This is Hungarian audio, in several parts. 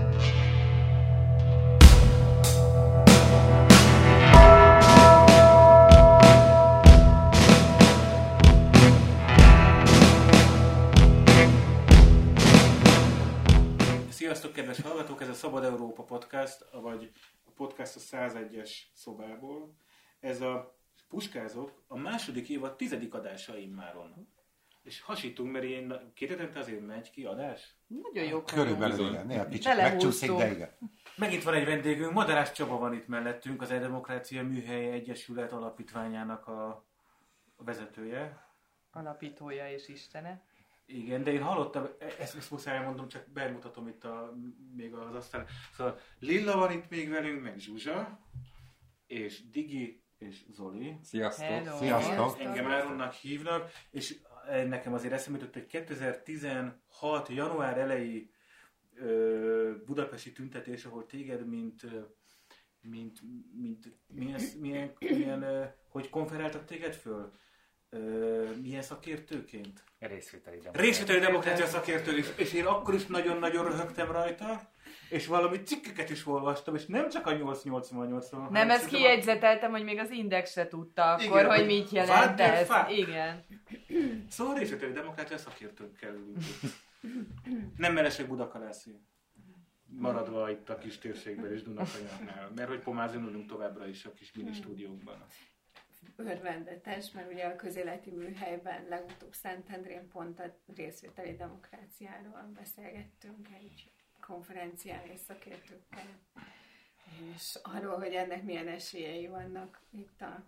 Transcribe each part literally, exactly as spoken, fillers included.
Sziasztok, kedves hallgatók! Ez a Szabad Európa Podcast, vagy a podcast a százegyes szobából. Ez a Puskázok a második évad tizedik adása immáron. És hasítunk, mert én két hetente azért megy ki adás. Nagyon jó. Körülbelül igen, néha kicsit megcsúszik, de igen. Megint van egy vendégünk, Madarás Csaba van itt mellettünk, az E-Demokrácia Műhelye Egyesület alapítványának a vezetője. Alapítója és istene. Igen, de én hallottam, ezt, ezt muszáj elmondom, csak bemutatom itt a, még az asztal. Szóval Lilla van itt még velünk, meg Zsuzsa, és Digi, és Zoli. Sziasztok! Hello. Sziasztok! Engem Áronnak hívnak, és nekem azért eszembe jutott, hogy kétezer-tizenhat. január elejé ö, budapesti tüntetés, ahol téged, mint, mint, mint milyen, milyen, milyen ö, hogy konferáltak téged föl? Ö, milyen szakértőként? Részvételi demokrácia. Részvételi demokrácia szakértő, és, és én akkor is nagyon-nagyon röhögtem rajta, és valami cikkeket is olvastam, és nem csak a nyolc nyolcvannyolcról. Nem, ezt kijegyzeteltem, hogy még az Index se tudta akkor, Igen, hogy hogy mit jelent, de ez, fuck? igen. Szóval részvételi demokrácia szakértőkkel ülünk. Nem meresek Budakalászi. Maradva itt a kis térségben és Dunakanyarnál, mert hogy pomázon ülünk továbbra is a kis mini stúdiónkban. Örvendetes, mert ugye a közéleti műhelyben legutóbb Szentendrén pont a részvételi demokráciáról beszélgettünk egy konferencián és szakértőkkel, és arról, hogy ennek milyen esélyei vannak itt a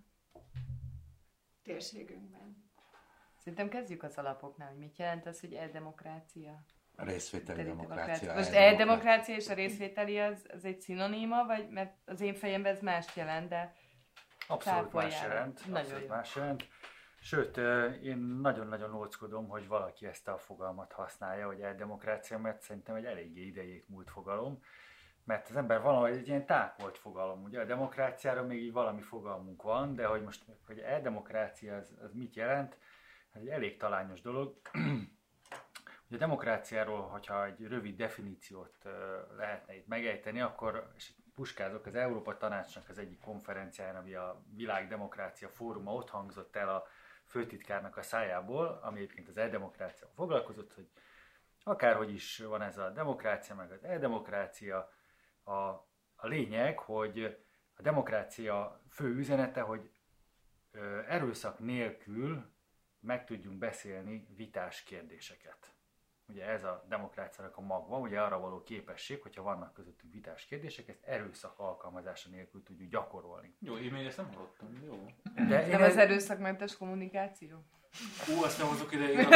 térségünkben. Szerintem kezdjük az alapoknál, hogy mit jelent az, hogy E-demokrácia? A részvételi demokrácia. Most E-demokrácia és a részvételi az, az egy szinoníma, vagy mert az én fejemben ez mást jelent, de Abszolút más jelent. Nagyon Abszolút jó. más jelent. Sőt, én nagyon-nagyon óckodom, hogy valaki ezt a fogalmat használja, hogy E-demokrácia, mert szerintem egy eléggé idejét múlt fogalom. Mert az ember valahogy egy ilyen tákolt fogalom, ugye a demokráciára még így valami fogalmunk van, de hogy most hogy E-demokrácia az, az mit jelent, ez egy elég talányos dolog. Ugye a demokráciáról, hogyha egy rövid definíciót lehetne itt megejteni, akkor, és puskázok, az Európa Tanácsnak az egyik konferenciáján, ami a Világ Demokrácia Fóruma, ott hangzott el a főtitkárnak a szájából, ami egyébként az E-demokráciával foglalkozott, hogy akárhogy is van ez a demokrácia, meg az E-demokrácia, a, a lényeg, hogy a demokrácia fő üzenete, hogy ö, erőszak nélkül meg tudjunk beszélni vitás kérdéseket. Ugye ez a demokráciának a magva, ugye arra való képesség, hogyha vannak közöttünk vitás kérdések, ezt erőszak alkalmazása nélkül tudjuk gyakorolni. Jó, én még ezt nem hallottam, jó. De Nem az erőszakmentes kommunikáció? Hú, azt nem hozok ide, én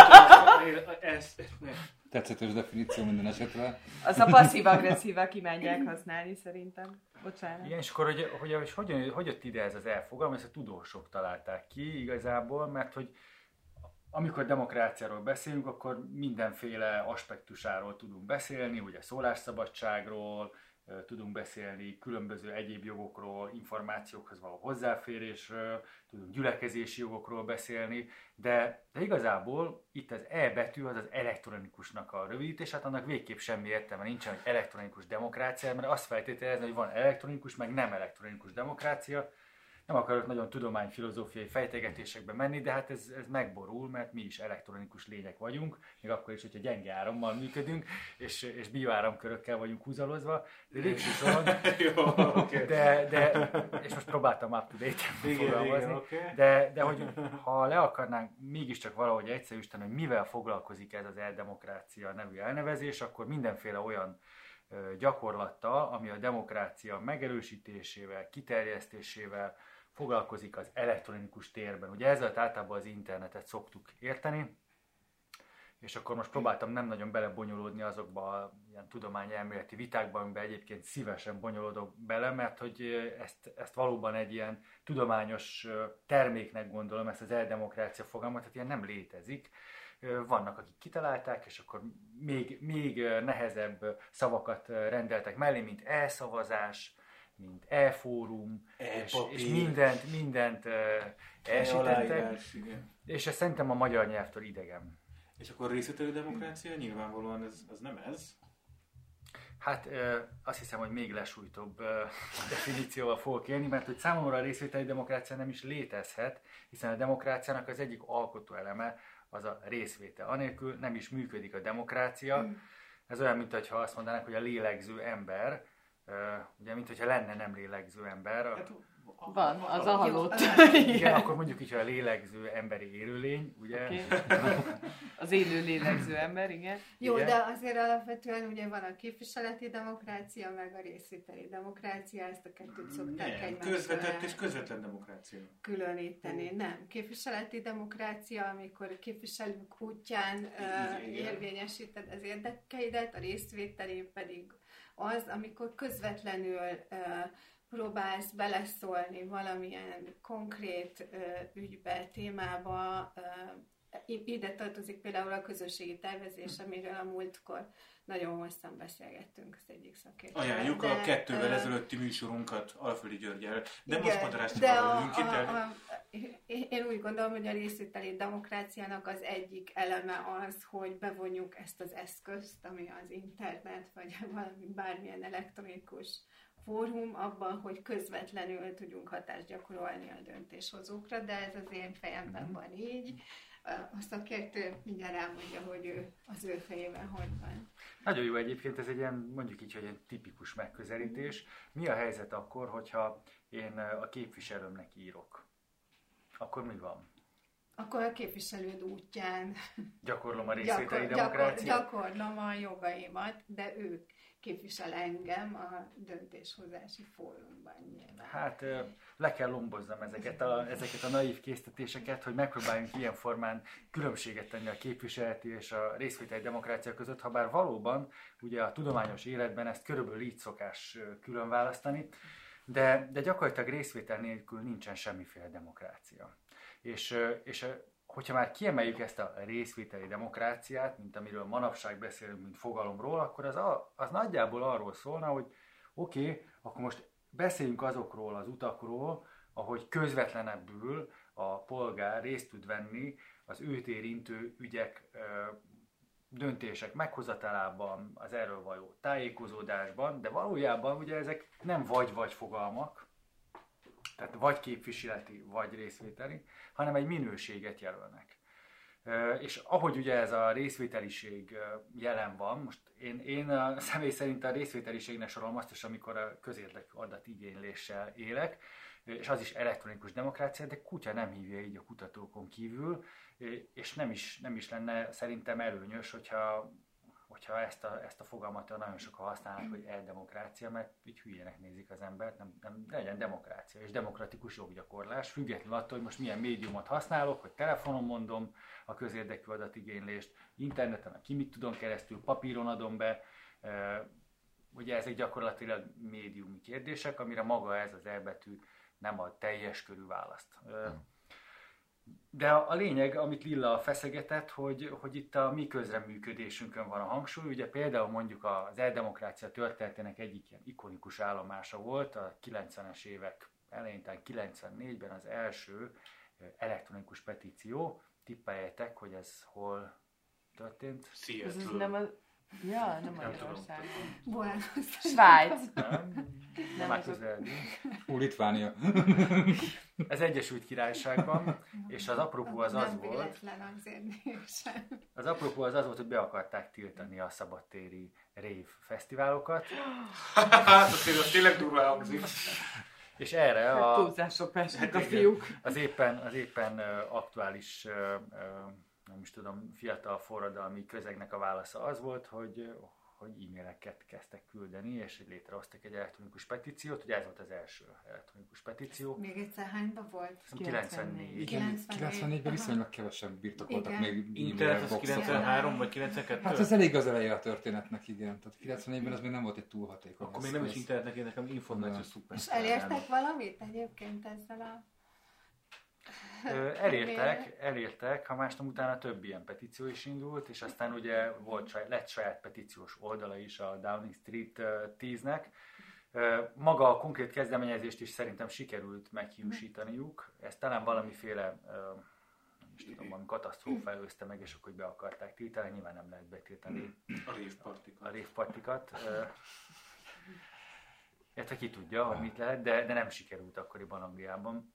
ezt... Tetszetős definíció minden esetre. Az a passzív-agresszívak imádják használni szerintem. Bocsánat. Igen, és akkor hogy, hogy, hogy, hogy, hogy jött ide ez az elfogalom, ezt a tudósok találták ki igazából, mert hogy amikor demokráciáról beszélünk, akkor mindenféle aspektusáról tudunk beszélni, ugye szólásszabadságról, tudunk beszélni különböző egyéb jogokról, információkhoz való hozzáférésről, tudunk gyülekezési jogokról beszélni, de, de igazából itt az E betű az az elektronikusnak a rövidítés, hát annak végképp semmi értelme nincsen, hogy elektronikus demokrácia, mert azt feltételezni, hogy van elektronikus, meg nem elektronikus demokrácia. Nem akarok nagyon tudományfilozófiai fejtegetésekbe menni, de hát ez, ez megborul, mert mi is elektronikus lények vagyunk, még akkor is, hogyha gyenge árammal működünk, és, és bioáramkörökkel vagyunk húzalozva, de végső soron, de, de, és most próbáltam up-to-date-en fogalmazni, okay. de, de hogy ha le akarnánk mégiscsak valahogy egyszerűsíteni, hogy mivel foglalkozik ez az E-demokrácia nevű elnevezés, akkor mindenféle olyan gyakorlattal, ami a demokrácia megerősítésével, kiterjesztésével foglalkozik az elektronikus térben. Ugye ezzel általában az internetet szoktuk érteni, és akkor most próbáltam nem nagyon belebonyolódni azokba a ilyen tudományelméleti vitákba, amiben egyébként szívesen bonyolódok bele, mert hogy ezt, ezt valóban egy ilyen tudományos terméknek gondolom, ezt az E-demokrácia fogalmat, tehát ilyen nem létezik. Vannak, akik kitalálták, és akkor még, még nehezebb szavakat rendeltek mellé, mint e-szavazás, mint e-fórum, és, és mindent, mindent elsítettek, és ez szerintem a magyar nyelvtől idegen. És akkor részvételi demokrácia nyilvánvalóan ez, ez nem ez? Hát azt hiszem, hogy még lesújtóbb definícióval fogok élni, mert hogy számomra a részvételi demokrácia nem is létezhet, hiszen a demokráciának az egyik alkotó eleme az a részvétel. Anélkül nem is működik a demokrácia. Mm. Ez olyan, mintha azt mondanák, hogy a lélegző ember, ugye, mintha lenne nem lélegző ember. Hát, van, az a halott. Igen, akkor mondjuk így, hogy a lélegző emberi élőlény, ugye? Okay. Az élő lélegző ember, igen. Jó, igen. De azért alapvetően ugye van a képviseleti demokrácia, meg a részvételi demokrácia, ezt a kettőt szokták egymástól közvetett és közvetlen demokrácia. Különíteni. Uh. Nem. Képviseleti demokrácia, amikor képviselők útján uh, érvényesíted az érdekeidet, a részvételi pedig az, amikor közvetlenül uh, próbálsz beleszólni valamilyen konkrét uh, ügybe, témába. Uh, ide tartozik például a közösségi tervezés, amiről a múltkor nagyon hosszan beszélgettünk az egyik szakértővel. Ajánljuk a kettővel uh, ezelőtti műsorunkat Alföldi Györgyel. De igen, most magyaráztuk de a, a, a, a, én úgy gondolom, hogy a részvételi demokráciának az egyik eleme az, hogy bevonjuk ezt az eszközt, ami az internet, vagy valami bármilyen elektronikus fórum abban, hogy közvetlenül tudjunk hatást gyakorolni a döntéshozókra, de ez az én fejemben van így. A szakértő mindjárt elmondja, hogy ő, az ő fejében hogy van. Nagyon jó egyébként, ez egy ilyen, mondjuk így, hogy egy tipikus megközelítés. Mi a helyzet akkor, hogyha én a képviselőmnek írok? Akkor mi van? Akkor a képviselőd útján gyakorlom a részvételi gyakor, demokráciát? Gyakor, gyakorlom a jogaimat, de ők képvisel engem a döntéshozási fórumban nyilván. Hát le kell lomboznom ezeket a, ezeket a naív késztetéseket, hogy megpróbáljunk ilyen formán különbséget tenni a képviseleti és a részvételi demokrácia között, ha bár valóban ugye a tudományos életben ezt körülbelül így szokás külön választani, de, de gyakorlatilag részvétel nélkül nincsen semmiféle demokrácia. És, és hogyha már kiemeljük ezt a részvételi demokráciát, mint amiről manapság beszélünk, mint fogalomról, akkor az, a, az nagyjából arról szólna, hogy oké, okay, akkor most beszéljünk azokról az utakról, ahogy közvetlenebbül a polgár részt tud venni az őt érintő ügyek, döntések meghozatalában, az erről való tájékozódásban, de valójában ugye ezek nem vagy-vagy fogalmak, tehát vagy képviseleti, vagy részvételi, hanem egy minőséget jelölnek. És ahogy ugye ez a részvételiség jelen van, most én, én a személy szerint a részvételiségnek sorolom azt is, amikor a közérdekű adatigényléssel élek, és az is elektronikus demokrácia, de kutya nem hívja így a kutatókon kívül, és nem is, nem is lenne szerintem előnyös, hogyha, hogyha ezt, a, ezt a fogalmat nagyon sokan használnak, hogy e-demokrácia, mert így hülyének nézik az embert, nem, nem legyen demokrácia és demokratikus joggyakorlás, függetlenül attól, hogy most milyen médiumot használok, hogy telefonon mondom a közérdekű adatigénylést, interneten, a ki mit tudom keresztül, papíron adom be, ugye ezek gyakorlatilag médiumi kérdések, amire maga ez az e-betű nem a teljes körű választ. De a lényeg, amit Lilla feszegetett, hogy, hogy itt a mi közreműködésünkön van a hangsúly. Ugye például mondjuk az e-demokrácia történetének egyik ilyen ikonikus állomása volt a kilencvenes évek elején, tehát kilencvennégyben az első elektronikus petíció. Tippeljetek, hogy ez hol történt? Ez nem a... Ja, nem Magyarországon. Svájc. Nem, nem már közelni. Ó, Litvánia. Ez Egyesült Királyságban, és az apropó az az volt, az apropó az az volt, hogy be akarták tiltani a szabadtéri rave fesztiválokat. Hát, az tényleg durvá hangzik. És erre a, túlzások esnek a fiúk. Az éppen, az éppen uh, aktuális, uh, uh, nem is tudom, fiatal forradalmi közegnek a válasza az volt, hogy, hogy e-maileket kezdtek küldeni, és létrehoztak egy elektronikus petíciót. Ugye ez volt az első elektronikus petíció. Még egyszer hányban volt? kilencvennégy. Igen, kilencvennégyben viszonylag kevesen birtokoltak még e-mail internet az kilencvenhárom vagy kilencvenkettő? Hát ez elég az eleje a történetnek, igen. Tehát kilencvennégyben az még nem volt egy túl hatékony. Akkor még nem is internetnek, én nekem információ szuper. És elértek valamit egyébként ezzel a... Elértek, elértek, ha más nem utána több ilyen petíció is indult, és aztán ugye volt, lett saját petíciós oldala is a Downing Street tíznek. Maga a konkrét kezdeményezést is szerintem sikerült meghiúsítaniuk. Ez talán valamiféle is tudom, valami katasztrófa előzte meg, és akkor be akarták tiltani, nyilván nem lehet betiltani A révpartikat. a révpartikat. Értve ki tudja, hogy mit lehet, de, de nem sikerült akkoriban Angliában.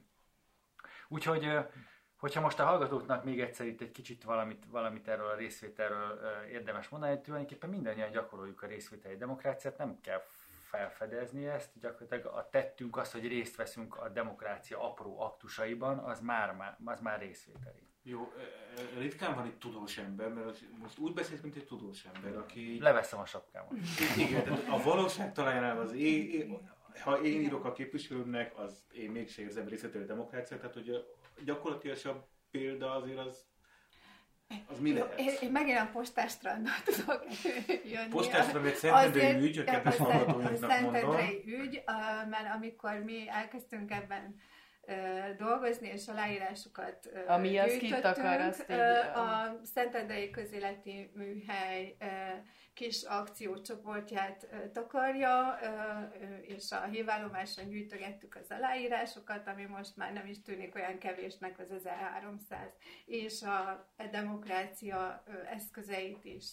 Úgyhogy, hogyha most a hallgatóknak még egyszer itt egy kicsit valamit, valamit erről a részvételről érdemes mondani, hogy tulajdonképpen mindannyian gyakoroljuk a részvételi demokráciát, nem kell felfedezni ezt, gyakorlatilag a tettünk az, hogy részt veszünk a demokrácia apró aktusaiban, az már, az már részvételi. Jó, ritkán van itt tudós ember, mert most úgy beszélsz, mint egy tudós ember, aki... Leveszem a sapkámat. Igen, tehát a valóság talajánál az én, én, ha én írok a képviselőmnek, az én mégse érzem részvételi demokráciát, tehát hogy a gyakorlatilag példa azért az, az mi lehet? Én, én megint a postástrandot tudok jönni. Postástrand egy szentendrei ügy, a kedves hallgatóinknak mondom. A szentendrei ügy, mert amikor mi elkezdtünk ebben dolgozni, és aláírásokat Ami az kit akar, azt így, a Szentendrei Közéleti Műhely kis akciócsoportját takarja, és a hívállomáson gyűjtögettük az aláírásokat, ami most már nem is tűnik olyan kevésnek, az ezerháromszáz, és a demokrácia eszközeit is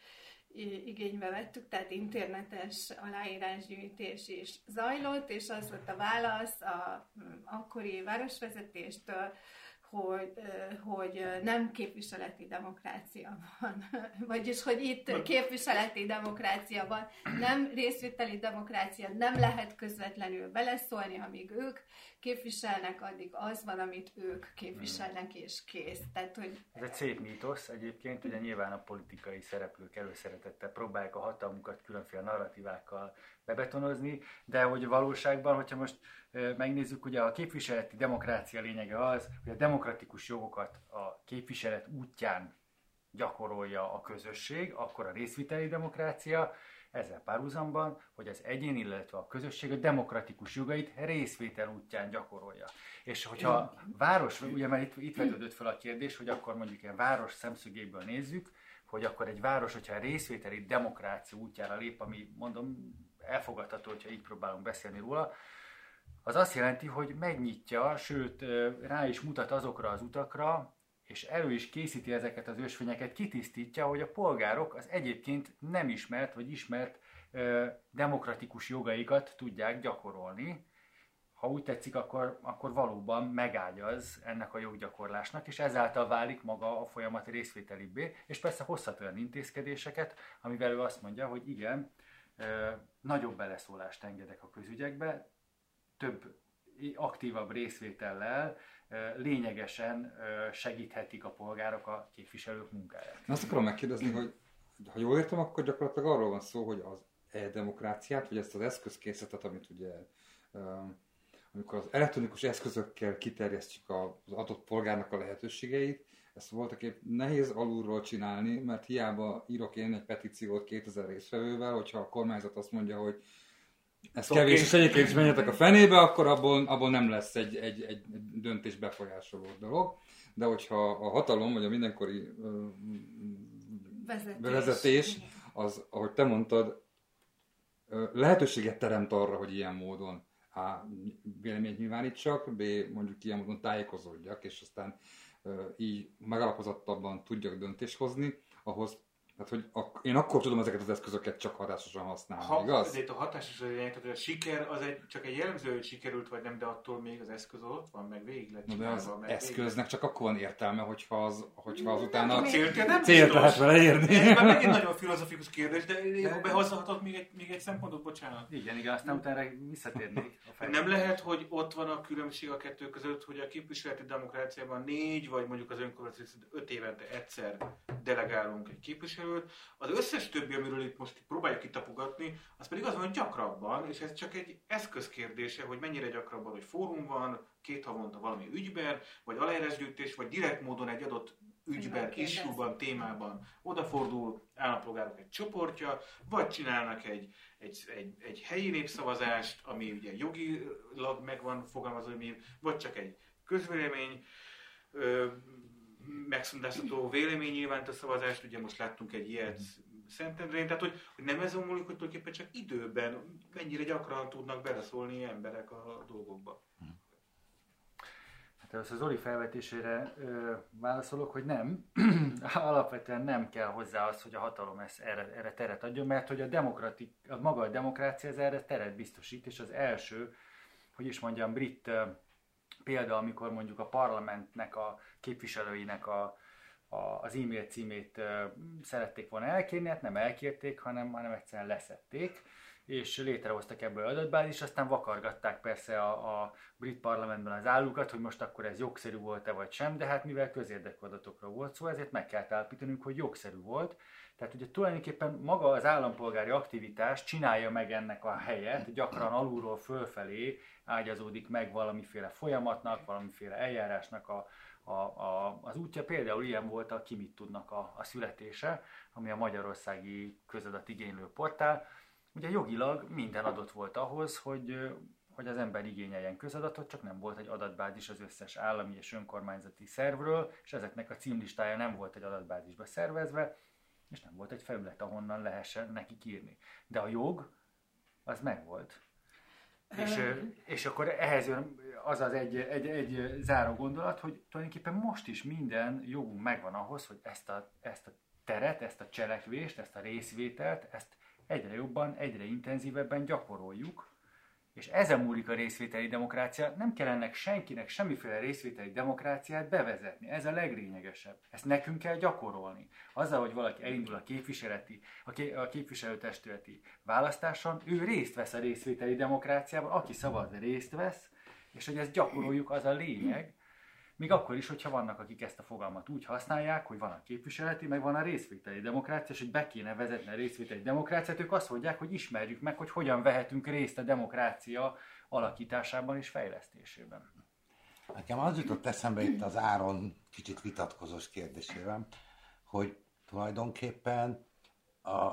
igénybe vettük, tehát internetes aláírásgyűjtés is zajlott, és az volt a válasz a akkori városvezetéstől, hogy, hogy nem képviseleti demokrácia van. Vagyis, hogy itt képviseleti demokrácia van, nem részvételi demokrácia, nem lehet közvetlenül beleszólni, amíg ők képviselnek, addig az van, amit ők képviselnek, és kész. Tehát, hogy... Ez egy szép mítosz egyébként, ugye nyilván a politikai szereplők előszeretettel próbálják a hatalmukat különféle narratívákkal bebetonozni, de hogy valóságban, hogyha most megnézzük, ugye a képviseleti demokrácia lényege az, hogy a demokratikus jogokat a képviselet útján gyakorolja a közösség, akkor a részviteli demokrácia, ezzel párhuzamban, hogy az egyén, illetve a közösség a demokratikus jogait részvétel útján gyakorolja. És hogyha város, ugye már itt, itt vetődött fel a kérdés, hogy akkor mondjuk ilyen város szemszögéből nézzük, hogy akkor egy város, hogyha a részvételi demokrácia útjára lép, ami mondom elfogadható, hogyha így próbálunk beszélni róla, az azt jelenti, hogy megnyitja, sőt rá is mutat azokra az utakra, és elő is készíti ezeket az ösvényeket, kitisztítja, hogy a polgárok az egyébként nem ismert vagy ismert ö, demokratikus jogaikat tudják gyakorolni. Ha úgy tetszik, akkor, akkor valóban megágyaz ennek a joggyakorlásnak, és ezáltal válik maga a folyamat részvételibbé, és persze hozhat olyan intézkedéseket, amivel ő azt mondja, hogy igen, ö, nagyobb beleszólást engedek a közügyekbe, több aktívabb részvétellel lényegesen segíthetik a polgárok a képviselők munkáját. Azt akarom megkérdezni, hogy ha jól értem, akkor gyakorlatilag arról van szó, hogy az e-demokráciát, vagy ezt az eszközkészletet, amit ugye, amikor az elektronikus eszközökkel kiterjesztjük az adott polgárnak a lehetőségeit, ezt voltaképp nehéz alulról csinálni, mert hiába írok én egy petíciót kétezer résztvevővel, hogyha a kormányzat azt mondja, hogy ez kevés, és egyébként is menjetek a fenébe, akkor abból, abból nem lesz egy, egy, egy döntés befolyásoló dolog. De hogyha a hatalom, vagy a mindenkori uh, vezetés. vezetés, az, ahogy te mondtad, uh, lehetőséget teremt arra, hogy ilyen módon A. véleményt nyilvánítsak, B. mondjuk ilyen módon tájékozódjak, és aztán uh, így megalapozottabban tudjak döntést hozni, ahhoz tehát, hogy ak- én akkor tudom ezeket az eszközöket csak hatásosan használni, ha, igaz? Ezért a hatásos az lényeg, tehát a siker az egy, csak egy jellemző, hogy sikerült vagy nem, de attól még az eszköz ott van, meg végig lett csinálva. De az meg eszköznek csak akkor van értelme, hogyha az, hogyha az utána a célt, nem célt lehet vele érni. Ez már megint nagyon filozofikus kérdés, de behozhatott még egy, még egy szempontot, bocsánat. Igen, igen, aztán utána visszatérnék a fejlődésre. Nem lehet, hogy ott van a különbség a kettő között, hogy a képviseleti demokráciában négy, vagy mondjuk az önkormányzat öt évente egyszer delegálunk egy képviselőt. Az összes többi, amiről itt most próbáljuk kitapogatni, az pedig az van, hogy gyakrabban, és ez csak egy eszközkérdése, hogy mennyire gyakrabban, hogy fórum van, két havonta valami ügyben, vagy aláírásgyűjtés, vagy direkt módon egy adott ügyben, issue-ban, témában odafordul állampolgárok egy csoportja, vagy csinálnak egy, egy, egy, egy helyi népszavazást, ami ugye jogilag meg van fogalmazva, vagy csak egy közvélemény, ö, megszondázható véleménynyilvántó szavazást, ugye most láttunk egy ilyet Szentendrén, tehát hogy, hogy nem ez múlik, hogy tulajdonképpen csak időben mennyire gyakran tudnak beleszólni emberek a dolgokba. Hát Tehát az Zoli felvetésére ö, válaszolok, hogy nem. Alapvetően nem kell hozzá az, hogy a hatalom ezt erre, erre teret adjon, mert hogy a, demokratik, a maga a demokrácia ez erre teret biztosít, és az első, hogy is mondjam, brit ö, példa, amikor mondjuk a parlamentnek a képviselőinek a, a, az e-mail címét ö, szerették volna elkérni, hát nem elkérték, hanem, hanem egyszerűen leszették, és létrehoztak ebből adatbázis, aztán vakargatták persze a, a brit parlamentben az állukat, hogy most akkor ez jogszerű volt-e vagy sem, de hát mivel közérdekű adatokról volt szó, ezért meg kell állapítanunk, hogy jogszerű volt. Tehát ugye tulajdonképpen maga az állampolgári aktivitás csinálja meg ennek a helyet, gyakran alulról fölfelé ágyazódik meg valamiféle folyamatnak, valamiféle eljárásnak a, a, a, az útja. Például ilyen volt a Ki mit tudnak a, a születése, ami a magyarországi közadat igénylő portál. Ugye jogilag minden adott volt ahhoz, hogy, hogy az ember igényeljen közadatot, csak nem volt egy adatbázis az összes állami és önkormányzati szervről, és ezeknek a címlistája nem volt egy adatbázisba szervezve, és nem volt egy felület, ahonnan lehessen nekik írni. De a jog, az megvolt. És, és akkor ehhez jön az az egy, egy, egy záró gondolat, hogy tulajdonképpen most is minden jogunk megvan ahhoz, hogy ezt a, ezt a teret, ezt a cselekvést, ezt a részvételt, ezt egyre jobban, egyre intenzívebben gyakoroljuk, és ezen múlik a részvételi demokrácia. Nem kell ennek senkinek semmiféle részvételi demokráciát bevezetni. Ez a leglényegesebb. Ezt nekünk kell gyakorolni. Azzal, hogy valaki elindul a képviseleti, a képviselőtestületi választáson, ő részt vesz a részvételi demokráciában, aki szavaz, részt vesz, és hogy ezt gyakoroljuk, az a lényeg. Még akkor is, hogyha vannak, akik ezt a fogalmat úgy használják, hogy van a képviseleti, meg van a részvételi demokrácia, és hogy be kéne vezetni a részvételi demokráciát, ők azt mondják, hogy ismerjük meg, hogy hogyan vehetünk részt a demokrácia alakításában és fejlesztésében. Nekem az jutott eszembe itt az Áron kicsit vitatkozós kérdésében, hogy tulajdonképpen a,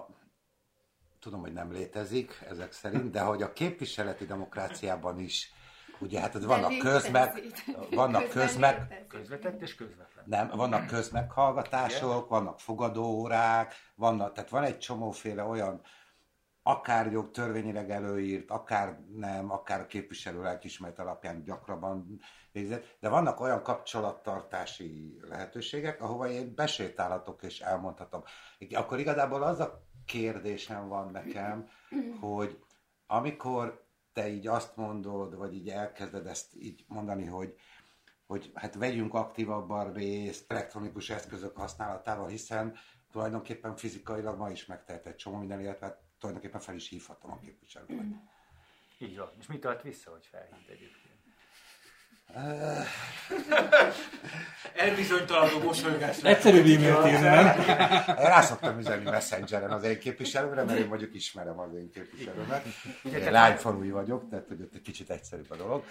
tudom, hogy nem létezik ezek szerint, de hogy a képviseleti demokráciában is ugye hát vannak közmeg, vannak közmeg, közvetett és közvetlen. Nem, vannak közmeghallgatások, vannak fogadóórák, vannak, tehát van egy csomóféle olyan, akár jog törvényileg előírt, akár nem, akár a képviselő lelkiismeret alapján gyakrabban végzett, de vannak olyan kapcsolattartási lehetőségek, ahova én besétálhatok és elmondhatom. Akkor igazából az a kérdésem van nekem, hogy amikor te így azt mondod, vagy így elkezded ezt így mondani, hogy, hogy hát vegyünk aktívabban részt elektronikus eszközök használatával, hiszen tulajdonképpen fizikailag ma is megtehet egy csomó minden, illetve tulajdonképpen fel is hívhatom a képviselőt. Így van. És mit tart vissza, hogy felhívt egyébként? Elbizonytalanodó mosolygás. Egyszerűbb e-mailt írni, nem? Én rá szoktam üzenni Messengeren az én képviselőmre, mert én mondjuk ismerem az én képviselőmet. Én lányfalui vagyok, tehát hogy ott egy kicsit egyszerűbb a dolog.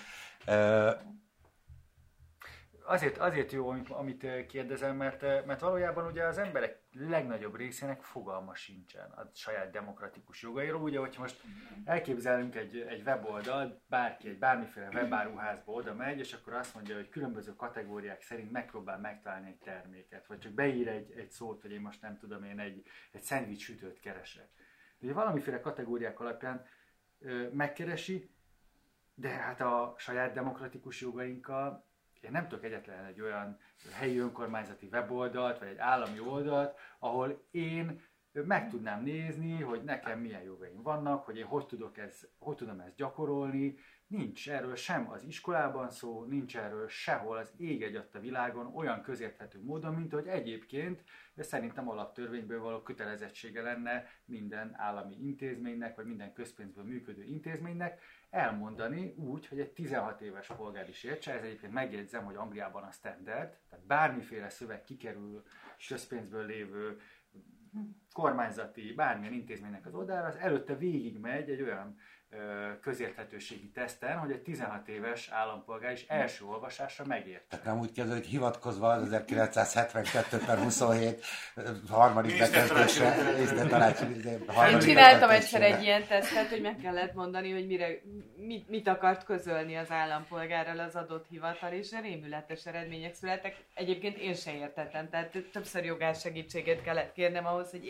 Azért, azért jó, amit kérdezem, mert, mert valójában ugye az emberek legnagyobb részének fogalma sincsen a saját demokratikus jogairól. Ugye, hogyha most elképzelünk egy, egy weboldalt, bárki egy bármiféle webáruházba oda megy, és akkor azt mondja, hogy különböző kategóriák szerint megpróbál megtalálni egy terméket, vagy csak beír egy, egy szót, hogy én most nem tudom, én egy, egy szendvics sütőt keresek. Ugye valamiféle kategóriák alapján ö, megkeresi, de hát a saját demokratikus jogainkkal én nem tudok egyetlen egy olyan helyi önkormányzati weboldalt, vagy egy állami oldalt, ahol én meg tudnám nézni, hogy nekem milyen jogaim vannak, hogy én hogy, tudok ez, hogy tudom ezt gyakorolni. Nincs erről sem az iskolában szó, nincs erről sehol az ég egyatt a világon olyan közérthető módon, mint hogy egyébként szerintem alaptörvényből való kötelezettsége lenne minden állami intézménynek, vagy minden közpénzből működő intézménynek elmondani úgy, hogy egy tizenhat éves polgár is értse. Ez egyébként megjegyzem, hogy Angliában a standard, tehát bármiféle szöveg kikerül közpénzből lévő kormányzati, bármilyen intézménynek az oldalára, az előtte végigmegy egy olyan közérthetőségi teszten, hogy egy tizenhat éves állampolgár is első olvasásra megért. Tehát nem úgy kezdődik, hogy hivatkozva az ezerkilencszázhetvenkettő per huszonhét harmadik bekezdésre. Én csináltam egyszer egy ilyen tesztet, hogy meg kellett mondani, hogy mire, mit, mit akart közölni az állampolgárral az adott hivatal, és rémületes eredmények születtek. Egyébként én se értettem, tehát többször jogás segítséget kellett kérnem ahhoz, hogy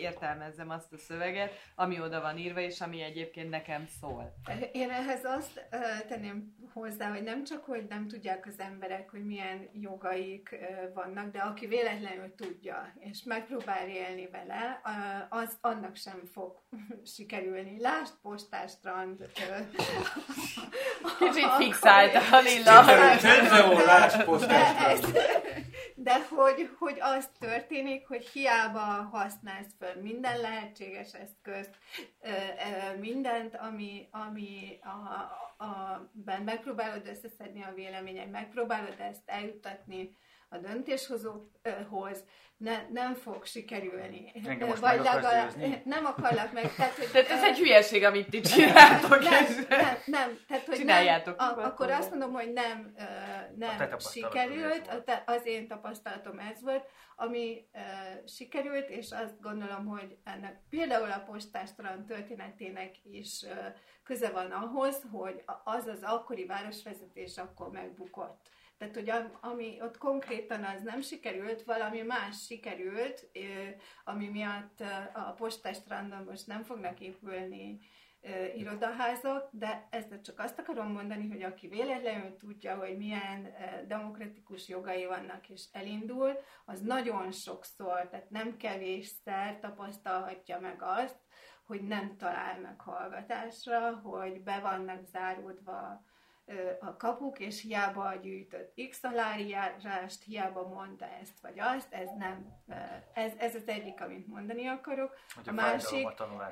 értelmezzem azt a szöveget, ami oda van írva, és ami egyébként nekem szól. Én ehhez azt uh, tenném hozzá, hogy nem csak, hogy nem tudják az emberek, hogy milyen jogaik uh, vannak, de aki véletlenül tudja, és megpróbál élni vele, uh, az annak sem fog sikerülni. Lásd, Postás-Strand. Uh, Kicsit fixált a Lilla. Lásd, Postás-Strand. De hogy, hogy az történik, hogy hiába használsz föl minden lehetséges eszközt, mindent, ami, ami a, a, ben megpróbálod összeszedni a vélemények, megpróbálod ezt eljutatni a döntéshozókhoz, ne, nem fog sikerülni. Vagy legalább nem akarlak meg. Tehát, hogy, tehát ez egy hülyeség, amit ti csináltok. Nem, nem, nem, tehát, hogy csináljátok. Nem, a, akkor azt mondom, hogy nem, nem sikerült, az én tapasztalatom ez volt, ami uh, sikerült, és azt gondolom, hogy ennek például a Postás-Strand történetének is uh, köze van ahhoz, hogy az az akkori városvezetés akkor megbukott. Tehát, hogy ami ott konkrétan az nem sikerült, valami más sikerült, ami miatt a Postás-Strandon most nem fognak épülni irodaházak, de ezzel csak azt akarom mondani, hogy aki véletlenül tudja, hogy milyen demokratikus jogai vannak és elindul, az nagyon sokszor, tehát nem kevésszer tapasztalhatja meg azt, hogy nem talál meghallgatásra, hogy be vannak záródva a kapuk, és hiába gyűjtött X aláírást, hiába mondta ezt vagy azt, ez nem, ez, ez az egyik, amit mondani akarok. Hogy a, a másik,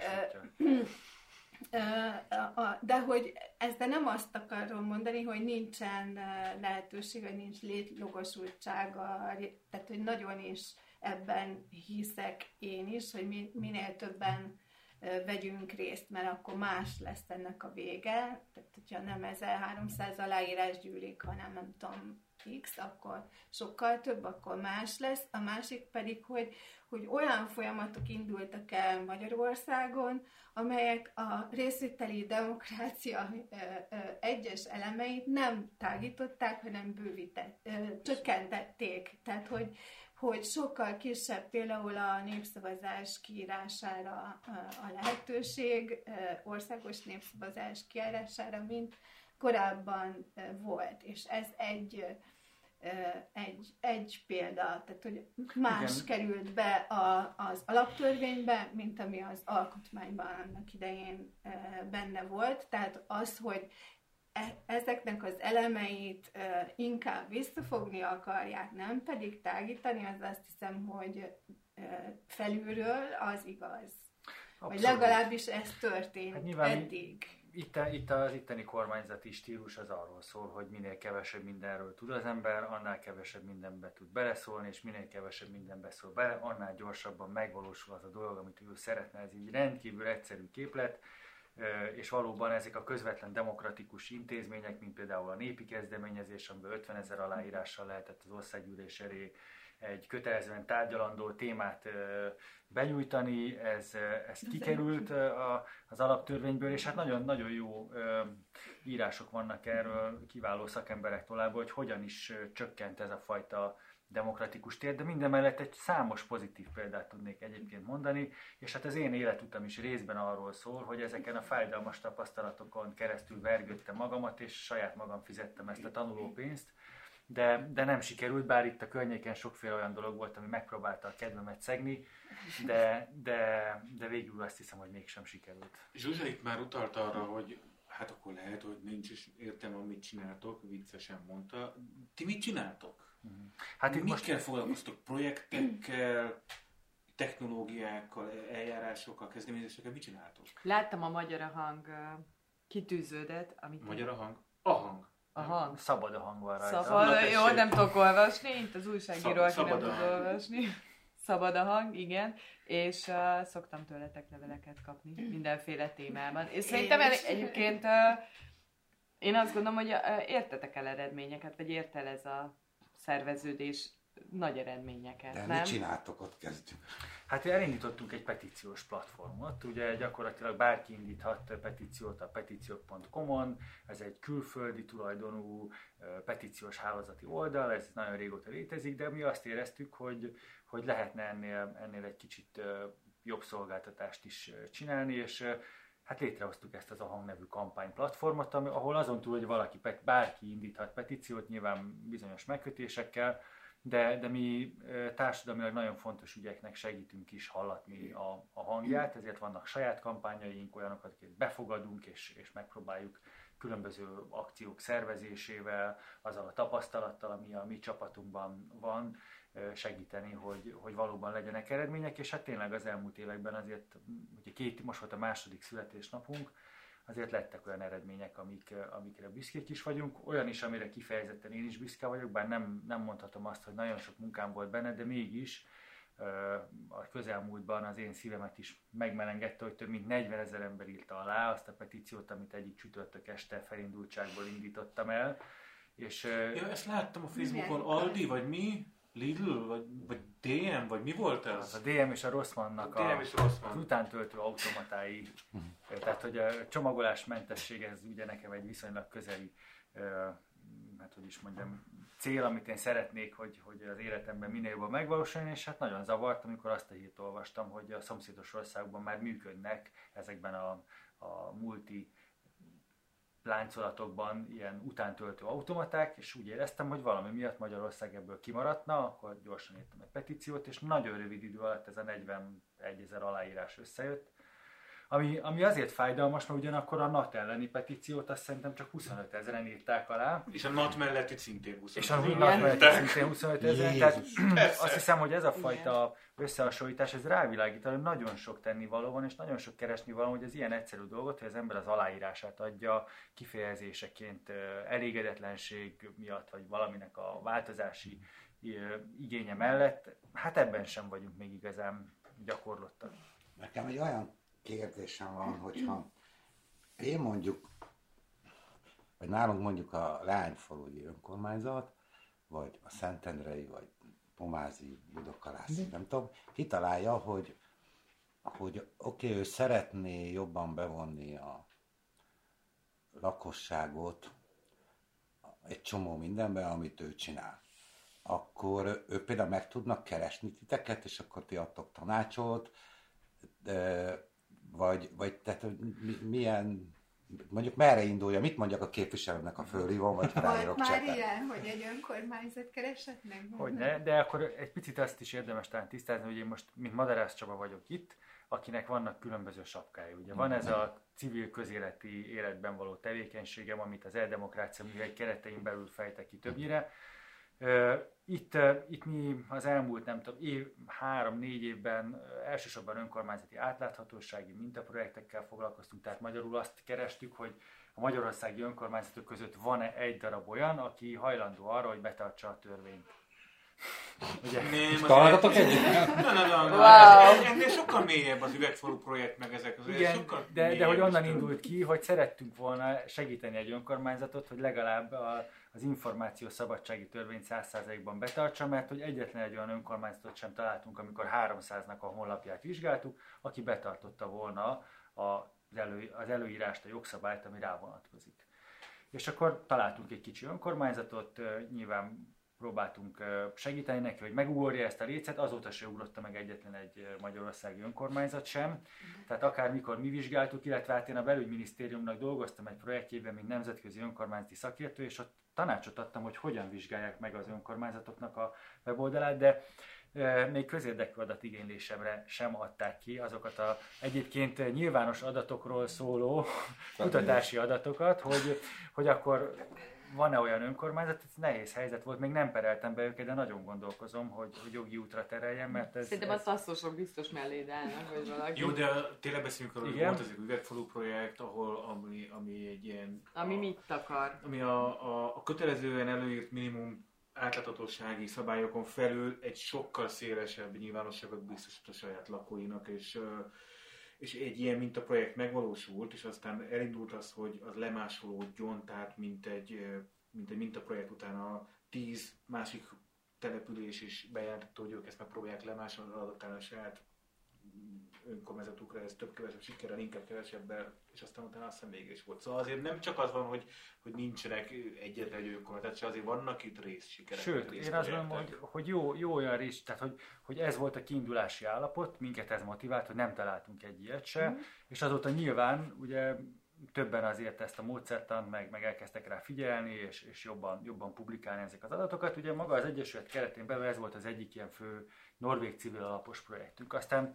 de hogy ezzel nem azt akarom mondani, hogy nincsen lehetőség, vagy nincs létjogosultsága, tehát hogy nagyon is ebben hiszek én is, hogy minél többen vegyünk részt, mert akkor más lesz ennek a vége. Tehát, hogyha nem ezerháromszáz aláírás gyűlik, hanem nem tudom, X, akkor sokkal több, akkor más lesz. A másik pedig, hogy, hogy olyan folyamatok indultak el Magyarországon, amelyek a részvételi demokrácia egyes elemeit nem tágították, hanem bővített, csökkentették. Tehát, hogy hogy sokkal kisebb például a népszavazás kiírására a lehetőség, országos népszavazás kiírására, mint korábban volt. És ez egy, egy, egy példa, tehát hogy más Igen. került be a, az alaptörvénybe, mint ami az alkotmányban annak idején benne volt. Tehát az, hogy ezeknek az elemeit uh, inkább visszafogni akarják, nem pedig tágítani, az azt hiszem, hogy uh, felülről az igaz. Abszolút. Vagy legalábbis ez történt hát nyilván eddig. Itt, itt az itteni kormányzati stílus az arról szól, hogy minél kevesebb mindenről tud az ember, annál kevesebb mindenbe tud beleszólni, és minél kevesebb mindenbe szól bele, annál gyorsabban megvalósul az a dolog, amit ő szeretne. Ez így rendkívül egyszerű képlet, és valóban ezek a közvetlen demokratikus intézmények, mint például a népi kezdeményezés, amiben ötvenezer aláírással lehetett az országgyűlés elé egy kötelezően tárgyalandó témát benyújtani, ez, ez kikerült az alaptörvényből, és hát nagyon-nagyon jó írások vannak erről, kiváló szakemberek tollából, hogy hogyan is csökkent ez a fajta demokratikus tér, de mindemellett egy számos pozitív példát tudnék egyébként mondani, és hát az én életutam is részben arról szól, hogy ezeken a fájdalmas tapasztalatokon keresztül vergődtem magamat, és saját magam fizettem ezt a tanulópénzt, de, de nem sikerült, bár itt a környéken sokféle olyan dolog volt, ami megpróbálta a kedvemet szegni, de, de, de végül azt hiszem, hogy mégsem sikerült. Zsuzsa itt már utalt arra, hogy hát akkor lehet, hogy nincs is értelme, amit csináltok, viccesen mondta. Ti mit csináltok? Hát itt most kell foglalkoztok? Projektekkel, technológiákkal, eljárásokkal, kezdeményezésekkel? Mit csináltok? Láttam a Magyar a Hang kitűződet. Amit Magyar a Hang? A hang. A hang. Szabad a hang van rajta. Szabad, Na, jó, nem tudok olvasni, itt az újságíró, aki nem tud olvasni. Szabad a hang, igen. És uh, szoktam tőletek leveleket kapni mindenféle témában. És szerintem el, egyébként uh, én azt gondolom, hogy uh, értetek el eredményeket, vagy ért el ez a szerveződés nagy eredményeket, De nem? mit csináltok, ott kezdjük? Hát elindítottunk egy petíciós platformot, ugye gyakorlatilag bárki indíthat petíciót a petíciók pont com-on, ez egy külföldi tulajdonú petíciós hálózati oldal, ez nagyon régóta létezik, de mi azt éreztük, hogy, hogy lehetne ennél, ennél egy kicsit jobb szolgáltatást is csinálni, és hát létrehoztuk ezt az A Hang nevű kampányplatformot, ahol azon túl, hogy valaki, bárki indíthat petíciót, nyilván bizonyos megkötésekkel, de, de mi társadalmilag nagyon fontos ügyeknek segítünk is hallatni a, a hangját, ezért vannak saját kampányaink, olyanokat, akiket befogadunk, és, és megpróbáljuk különböző akciók szervezésével, azzal a tapasztalattal, ami a mi csapatunkban van, segíteni, hogy, hogy valóban legyenek eredmények, és hát tényleg az elmúlt években azért, ugye két, most volt a második születésnapunk, azért lettek olyan eredmények, amik, amikre büszkék is vagyunk, olyan is, amire kifejezetten én is büszke vagyok, bár nem, nem mondhatom azt, hogy nagyon sok munkám volt benne, de mégis a közelmúltban az én szívemet is megmelengedte, hogy több mint negyvenezer ember írta alá azt a petíciót, amit egyik csütörtök este felindultságból indítottam el. És, ja, ezt láttam a Facebookon, Aldi, vagy mi? Lidl, vagy, vagy dé em, vagy mi volt ez? Az a dé em és a Rossmannnak a, a az utántöltő automatái. Tehát, hogy a csomagolásmentesség, ez ugye nekem egy viszonylag közeli, hát hogy is mondjam, cél, amit én szeretnék, hogy, hogy az életemben minél jobban megvalósuljon, és hát nagyon zavart, amikor azt a hírt olvastam, hogy a szomszédos országban már működnek ezekben a, a multi láncolatokban ilyen utántöltő automaták, és úgy éreztem, hogy valami miatt Magyarország ebből kimaradna, akkor gyorsan írtam egy petíciót, és nagyon rövid idő alatt ez a negyvenegyezer aláírás összejött. Ami, ami azért fájdalmas, mert ugyanakkor a NAT elleni petíciót azt szerintem csak huszonötezeren írták alá. És a NAT melletti szintén huszonöt. És a NAT melletti szintén huszonötezeren. Tehát azt hiszem, hogy ez a fajta összehasonlítás, ez rávilágít, hogy nagyon sok tennivaló van, és nagyon sok keresnivaló, hogy az ilyen egyszerű dolgot, hogy az ember az aláírását adja kifejezéseként elégedetlenség miatt, vagy valaminek a változási igénye mellett, hát ebben sem vagyunk még igazán gyakorlottak. Nekem egy olyan kérdésem van, hogyha én mondjuk, vagy nálunk mondjuk a Leányfaluyi önkormányzat, vagy a Szentendrei, vagy Pomázi, Budakalászi, nem tudom, kitalálja, hogy, hogy oké, okay, ő szeretné jobban bevonni a lakosságot egy csomó mindenbe, amit ő csinál. Akkor ő például meg tudnak keresni titeket, és akkor ti adtok tanácsot, de Vagy, vagy tehát milyen, mondjuk merre indulja, mit mondjak a képviselőnek a fölhívom, vagy ráírok csetet? Volt már ilyen, hogy egy önkormányzat keresett meg? Hogyne, de akkor egy picit azt is érdemes talán tisztázni, hogy én most, mint Madarász Csaba vagyok itt, akinek vannak különböző sapkái. Ugye van ez a civil közéleti életben való tevékenységem, amit az eldemokrácia műhely keretein belül fejtek ki többnyire. Itt, itt mi az elmúlt, nem tudom, év, három-négy évben elsősorban önkormányzati átláthatósági mintaprojektekkel foglalkoztunk, tehát magyarul azt kerestük, hogy a magyarországi önkormányzatok között van-e egy darab olyan, aki hajlandó arra, hogy betartsa a törvényt. Ugye? Nem, találtatok egyet? Nem, nem, nem. Wow. Ennél sokkal mélyebb az Üvegfalu projekt, meg ezek az. Igen, de, de hogy onnan indult ki, hogy szerettünk volna segíteni egy önkormányzatot, hogy legalább a, az információ szabadsági törvény száz százalékban betartsa, mert hogy egyetlen egy olyan önkormányzatot sem találtunk, amikor háromszáznak a honlapját vizsgáltuk, aki betartotta volna az, elő, az előírást, a jogszabályt, ami rá vonatkozik. És akkor találtunk egy kicsi önkormányzatot, nyilván próbáltunk segíteni neki, hogy megugorja ezt a lécet, azóta se ugrotta meg egyetlen egy magyarországi önkormányzat sem. Tehát akármikor mi vizsgáltuk, illetve hát én a belügyminisztériumnak dolgoztam egy projektjében, mint nemzetközi önkormányzati szakértő, és ott tanácsot adtam, hogy hogyan vizsgálják meg az önkormányzatoknak a weboldalát, de még közérdekű adatigénylésemre sem adták ki azokat a egyébként nyilvános adatokról szóló kutatási adatokat, hogy, hogy akkor van-e olyan önkormányzat, ez nehéz helyzet volt, még nem pereltem be őket, de nagyon gondolkozom, hogy, hogy jogi útra tereljem, mert ez... Szerintem ez... a tasszosok biztos melléd állnak, vagy valaki. Jó, de tényleg beszélünk arról, hogy volt ez egy Üvegfalu projekt, ahol ami, ami egy ilyen... Ami a, mit akar? Ami a, a, a kötelezően előírt minimum átláthatósági szabályokon felül egy sokkal szélesebb nyilvánosságot biztosít a saját lakóinak, és, és egy ilyen mintaprojekt megvalósult, és aztán elindult az, hogy az lemásolódjon, tehát mint egy, mint egy mintaprojekt után a tíz másik település is bejelentette, hogy ők ezt megpróbálják lemásolni, azután a saját önkormányzatukra ez több-kevesebb sikerrel, inkább kevesebbel, és aztán utána azt hiszem mégis volt. Szóval azért nem csak az van, hogy, hogy nincsenek egyetlen egy önkormányzat, csak azért vannak itt részsikerek. Sőt, én azt gondolom, hogy, hogy jó, jó olyan rész, tehát hogy, hogy ez volt a kiindulási állapot, minket ez motivált, hogy nem találtunk egy ilyet se, mm. és azóta nyilván ugye többen azért ezt a módszertant, meg, meg elkezdtek rá figyelni, és, és jobban, jobban publikálni ezek az adatokat. Ugye maga az Egyesület keretén belül ez volt az egyik ilyen fő norvég civil alapos projektünk. Aztán...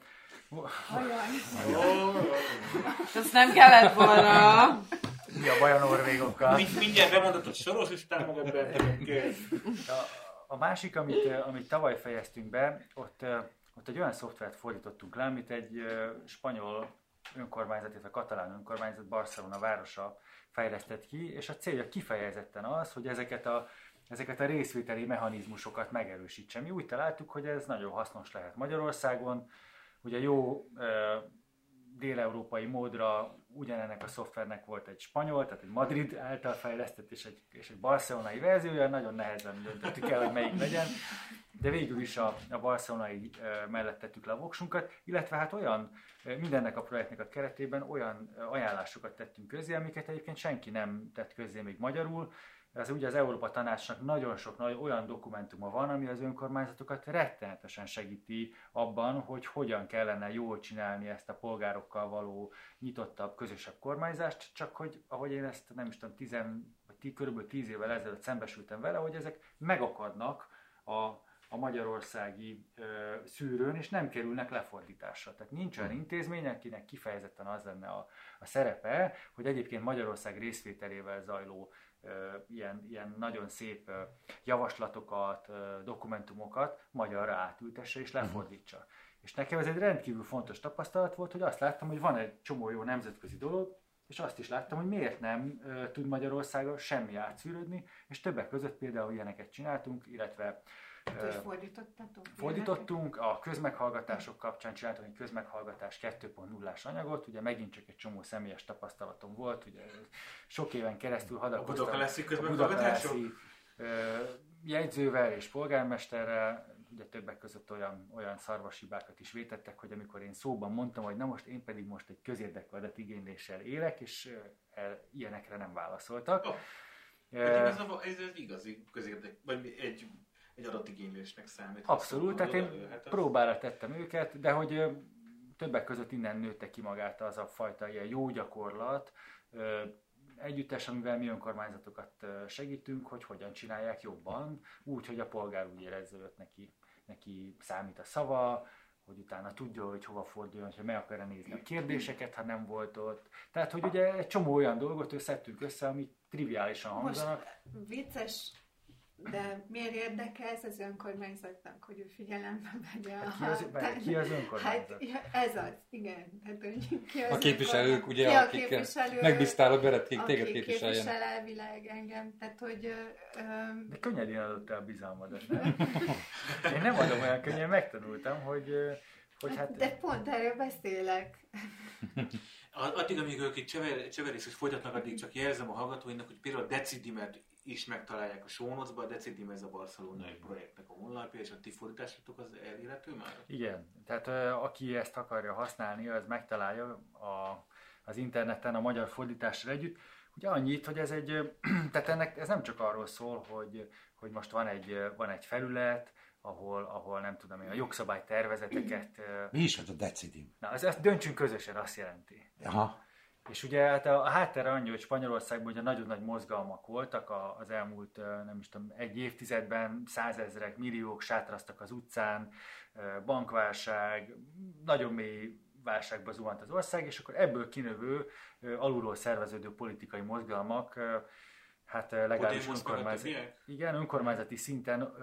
Azt nem kellett volna. Mi a baj a norvégokkal? Mind, mindjárt bemondott, hogy Soros is támogat bennünket. A, a másik, amit, amit tavaly fejeztünk be, ott, ott egy olyan szoftvert fordítottunk le, amit egy spanyol önkormányzat, illetve katalán önkormányzat, Barcelona városa fejlesztett ki, és a célja kifejezetten az, hogy ezeket a, ezeket a részvételi mechanizmusokat megerősítse. Mi úgy találtuk, hogy ez nagyon hasznos lehet Magyarországon. Ugye jó e, dél-európai módra ugyanennek a szoftvernek volt egy spanyol, tehát egy Madrid által fejlesztett és egy, és egy barcelonai verziója, nagyon nehezen döntöttük el, hogy melyik legyen, de végül is a, a barcelonai e, mellett tettük le a voksunkat, illetve hát olyan, e, mindennek a projektnek a keretében olyan ajánlásokat tettünk közzé, amiket egyébként senki nem tett közzé még magyarul. Ez ugye az Európa Tanácsnak nagyon sok nagy olyan dokumentuma van, ami az önkormányzatokat rettenetesen segíti abban, hogy hogyan kellene jól csinálni ezt a polgárokkal való nyitottabb, közösebb kormányzást, csak hogy ahogy én ezt nem is tudom, tizen, vagy tí, körülbelül tíz évvel ezelőtt szembesültem vele, hogy ezek megakadnak a, a magyarországi ö, szűrőn, és nem kerülnek lefordításra. Tehát nincs olyan intézmény, akinek kifejezetten az lenne a, a szerepe, hogy egyébként Magyarország részvételével zajló Ilyen, ilyen nagyon szép javaslatokat, dokumentumokat magyarra átültesse és lefordítsa. Uh-huh. És nekem ez egy rendkívül fontos tapasztalat volt, hogy azt láttam, hogy van egy csomó jó nemzetközi dolog, és azt is láttam, hogy miért nem uh, tud Magyarországon semmi átszűrődni, és többek között például ilyeneket csináltunk, illetve uh, fordítottunk, fordítottunk, a közmeghallgatások kapcsán csináltunk egy közmeghallgatás kettő pont nullás anyagot, ugye megint csak egy csomó személyes tapasztalatom volt, ugye sok éven keresztül hadakoztam a Budapeszi közmeghallgatások jegyzővel és polgármesterrel, ugye többek között olyan, olyan szarvashibákat is vétettek, hogy amikor én szóban mondtam, hogy na most én pedig most egy közérdekű adatigényléssel élek, és el, ilyenekre nem válaszoltak. Oh. Uh, ez, a, ez az igazi közérdek, vagy egy, egy adatigénylésnek számít. Abszolút, tehát én próbára tettem őket, de hogy ö, többek között innen nőtte ki magát az a fajta ilyen jó gyakorlat, ö, együttes, amivel mi önkormányzatokat segítünk, hogy hogyan csinálják jobban, úgy, hogy a polgár úgy érezze, hogy neki, neki számít a szava, hogy utána tudja, hogy hova forduljon, hogy meg akarja nézni a kérdéseket, ha nem volt ott. Tehát, hogy ugye egy csomó olyan dolgot szedtünk össze, amik triviálisan hangzanak. Most vicces, de miért érdekel ez az önkormányzatnak, hogy ő figyelembe vegye a... Ki az, tehát, ki az önkormányzat? Hát ez az, igen. Hát, hogy ki az a képviselők, ugye, ki a akik képviselő, megbíztál a beret, téged képviseljen. Aki képvisel elvileg engem, tehát hogy... Ö, de könnyedén adott el a bizalmadat, nem? Én nem adom olyan könnyen, megtanultam, hogy... hogy hát... De pont erről beszélek. Addig, amíg ők itt csever, cseverészést folytatnak, addig csak jelzem a hallgatóinak, hogy például a Decidimet is megtalálják a show notes-ba. A Decidim ez a barcelonai projektnek a honlapja, és a ti fordításatok az elérhető már? Igen, tehát aki ezt akarja használni, az megtalálja a, az interneten a magyar fordítással együtt. Ugye annyit, hogy ez egy, tehát ennek, ez nem csak arról szól, hogy, hogy most van egy, van egy felület, ahol, ahol nem tudom én, a jogszabálytervezeteket... Mi is az a Decidim? Na, az, ezt döntsünk közösen, azt jelenti. Aha. És ugye hát a, a háttere annyi, hogy Spanyolországban ugye nagyon nagy mozgalmak voltak az elmúlt, nem is tudom, egy évtizedben, százezrek, milliók sátraztak az utcán, bankválság, nagyon mély válságba zuhant az ország, és akkor ebből kinövő, alulról szerveződő politikai mozgalmak, hát legalábbis önkormányzati, igen, önkormányzati szinten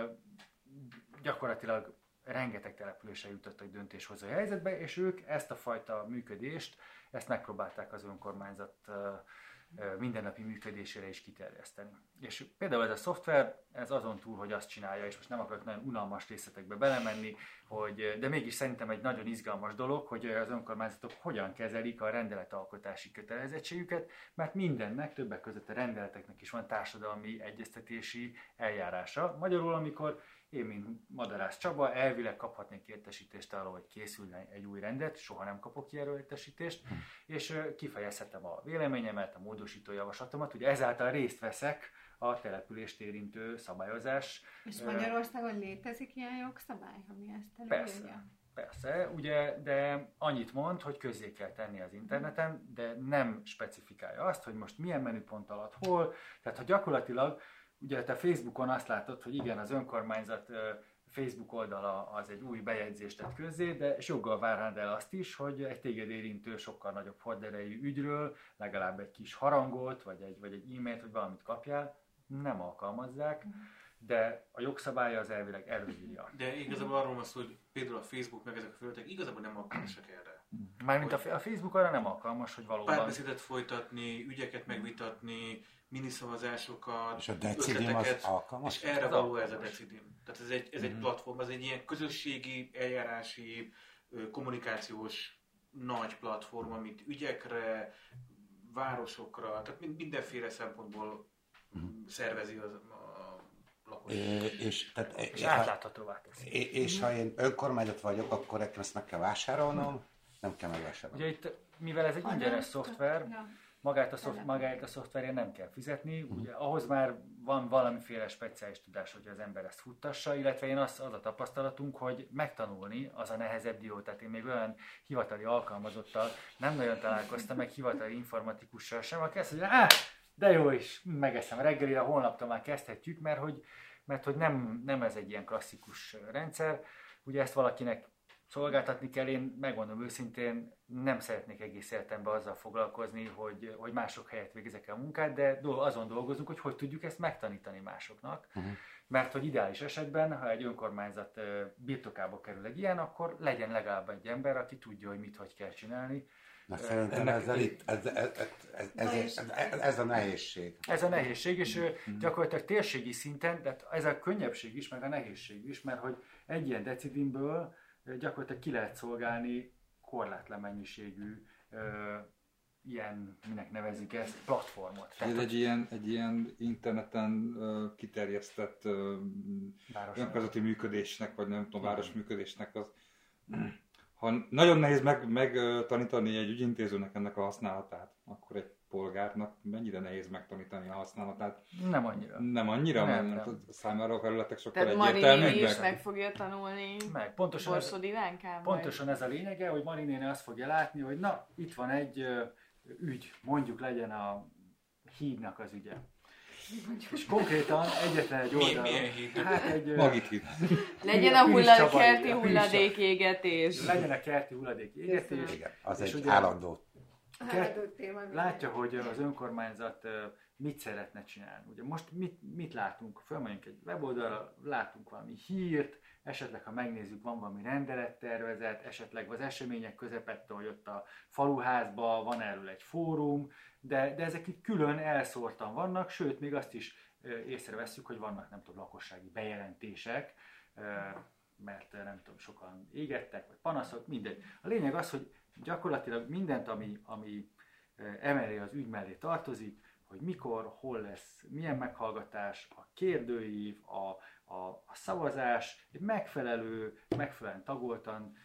gyakorlatilag rengeteg településre jutottak döntéshozói helyzetbe, és ők ezt a fajta működést, ezt megpróbálták az önkormányzat mindennapi működésére is kiterjeszteni. És például ez a szoftver, ez azon túl, hogy azt csinálja, és most nem akarok nagyon unalmas részletekbe belemenni, hogy, de mégis szerintem egy nagyon izgalmas dolog, hogy az önkormányzatok hogyan kezelik a rendeletalkotási kötelezettségüket, mert mindennek, többek között a rendeleteknek is van társadalmi egyeztetési eljárása. Magyarul, amikor én, mint Madarász Csaba, elvileg kaphatnék értesítést arról, hogy készülne egy új rendet, soha nem kapok ilyenről értesítést, és kifejezhetem a véleményemet, a módosító javaslatomat, ugye ezáltal részt veszek a települést érintő szabályozás. És Magyarországon létezik ilyen jogszabály, ami ezt előírja? Persze. Persze, ugye, de annyit mond, hogy közzé kell tenni az interneten, de nem specifikálja azt, hogy most milyen menüpont alatt hol. Tehát, ha gyakorlatilag, ugye te Facebookon azt látod, hogy igen, az önkormányzat Facebook oldala az egy új bejegyzést tett közzé, de és joggal várnád el azt is, hogy egy téged érintő, sokkal nagyobb horderejű ügyről legalább egy kis harangot, vagy egy, vagy egy e-mailt, hogy valamit kapjál, nem alkalmazzák. De a jogszabálya az elvileg előírja. De igazából arról van szó, hogy például a Facebook meg ezek a felületek igazából nem alkalmasak erre. Mármint a Facebook arra nem alkalmas, hogy valóban... Párbeszédet folytatni, ügyeket megvitatni, miniszavazásokat, és a Decidim az alkalmas? És erre való ez a Decidim. Tehát ez egy, ez egy platform, ez egy ilyen közösségi, eljárási, kommunikációs nagy platform, amit ügyekre, városokra, tehát mindenféle szempontból szervezi az É, és, tehát, és átláthatóvá teszi. És, és ha én önkormányzat vagyok, akkor nekem ezt meg kell vásárolnom, nem kell megvásárolnom. Ugye itt, mivel ez egy ingyenes szoftver, magát a, szoft, magát a szoftverért nem kell fizetni, ugye ahhoz már van valamiféle speciális tudás, hogy az ember ezt futtassa, illetve én az, az a tapasztalatunk, hogy megtanulni az a nehezebb dió, tehát én még olyan hivatali alkalmazottal nem nagyon találkoztam, meg hivatali informatikussal sem, aki azt mondja, áh, de jó is, megeszem reggelire, holnaptól már kezdhetjük, mert hogy, mert hogy nem, nem ez egy ilyen klasszikus rendszer. Ugye ezt valakinek szolgáltatni kell, én megmondom őszintén, nem szeretnék egész életemben azzal foglalkozni, hogy, hogy mások helyett végezek el a munkát, de azon dolgozunk, hogy hogy tudjuk ezt megtanítani másoknak. Uh-huh. Mert hogy ideális esetben, ha egy önkormányzat birtokába kerül egy ilyen, akkor legyen legalább egy ember, aki tudja, hogy mit, hogy kell csinálni. Na szerintem ezzel itt, ez, ez, ez, ez, ez, ez a nehézség. Ez a nehézség, és mm. gyakorlatilag térségi szinten, de ez a könnyebbség is, meg a nehézség is, mert hogy egy ilyen decidimből gyakorlatilag ki lehet szolgálni korlátlan mennyiségű ö, ilyen, minek nevezik ezt, platformot. Tehát, ez egy ilyen, egy ilyen interneten uh, kiterjesztett uh, önkormányzati működésnek, vagy nem tudom, város működésnek az... Ha nagyon nehéz megtanítani meg, egy ügyintézőnek ennek a használatát, akkor egy polgárnak mennyire nehéz megtanítani a használatát? Nem annyira. Nem annyira, nem, mert nem. a számára a felületek sokkal egyértelműbbek. Tehát Marinéni is meg fogja tanulni meg. Pontosan, Borsod Ivánkával? Pontosan ez a lényege, hogy Marinéni azt fogja látni, hogy na, itt van egy ö, ügy, mondjuk legyen a hídnak az ügye. És konkrétan egyetlen egy oldalon. Milyen híd? Hát egy... Magit híd. Legyen a, hulla, a kerti hulladékégetés. Legyen a kerti hulladékégetés. Igen, az egy ugye, állandó. Kert, látja, hogy az önkormányzat mit szeretne csinálni. Ugye most mit, mit látunk? Fölmegyünk egy weboldalra, látunk valami hírt, esetleg ha megnézzük, van valami rendelettervezet, esetleg az események közepette, hogy ott a faluházban van erről egy fórum, de, de ezek itt külön elszórtan vannak, sőt, még azt is észrevesszük, hogy vannak, nem tudom, lakossági bejelentések, mert nem tudom, sokan égettek, vagy panaszok, mindegy. A lényeg az, hogy gyakorlatilag mindent, ami, ami emellé az ügy mellé tartozik, hogy mikor, hol lesz, milyen meghallgatás, a kérdőív, a, a, a szavazás, egy megfelelő, megfelelően tagoltan,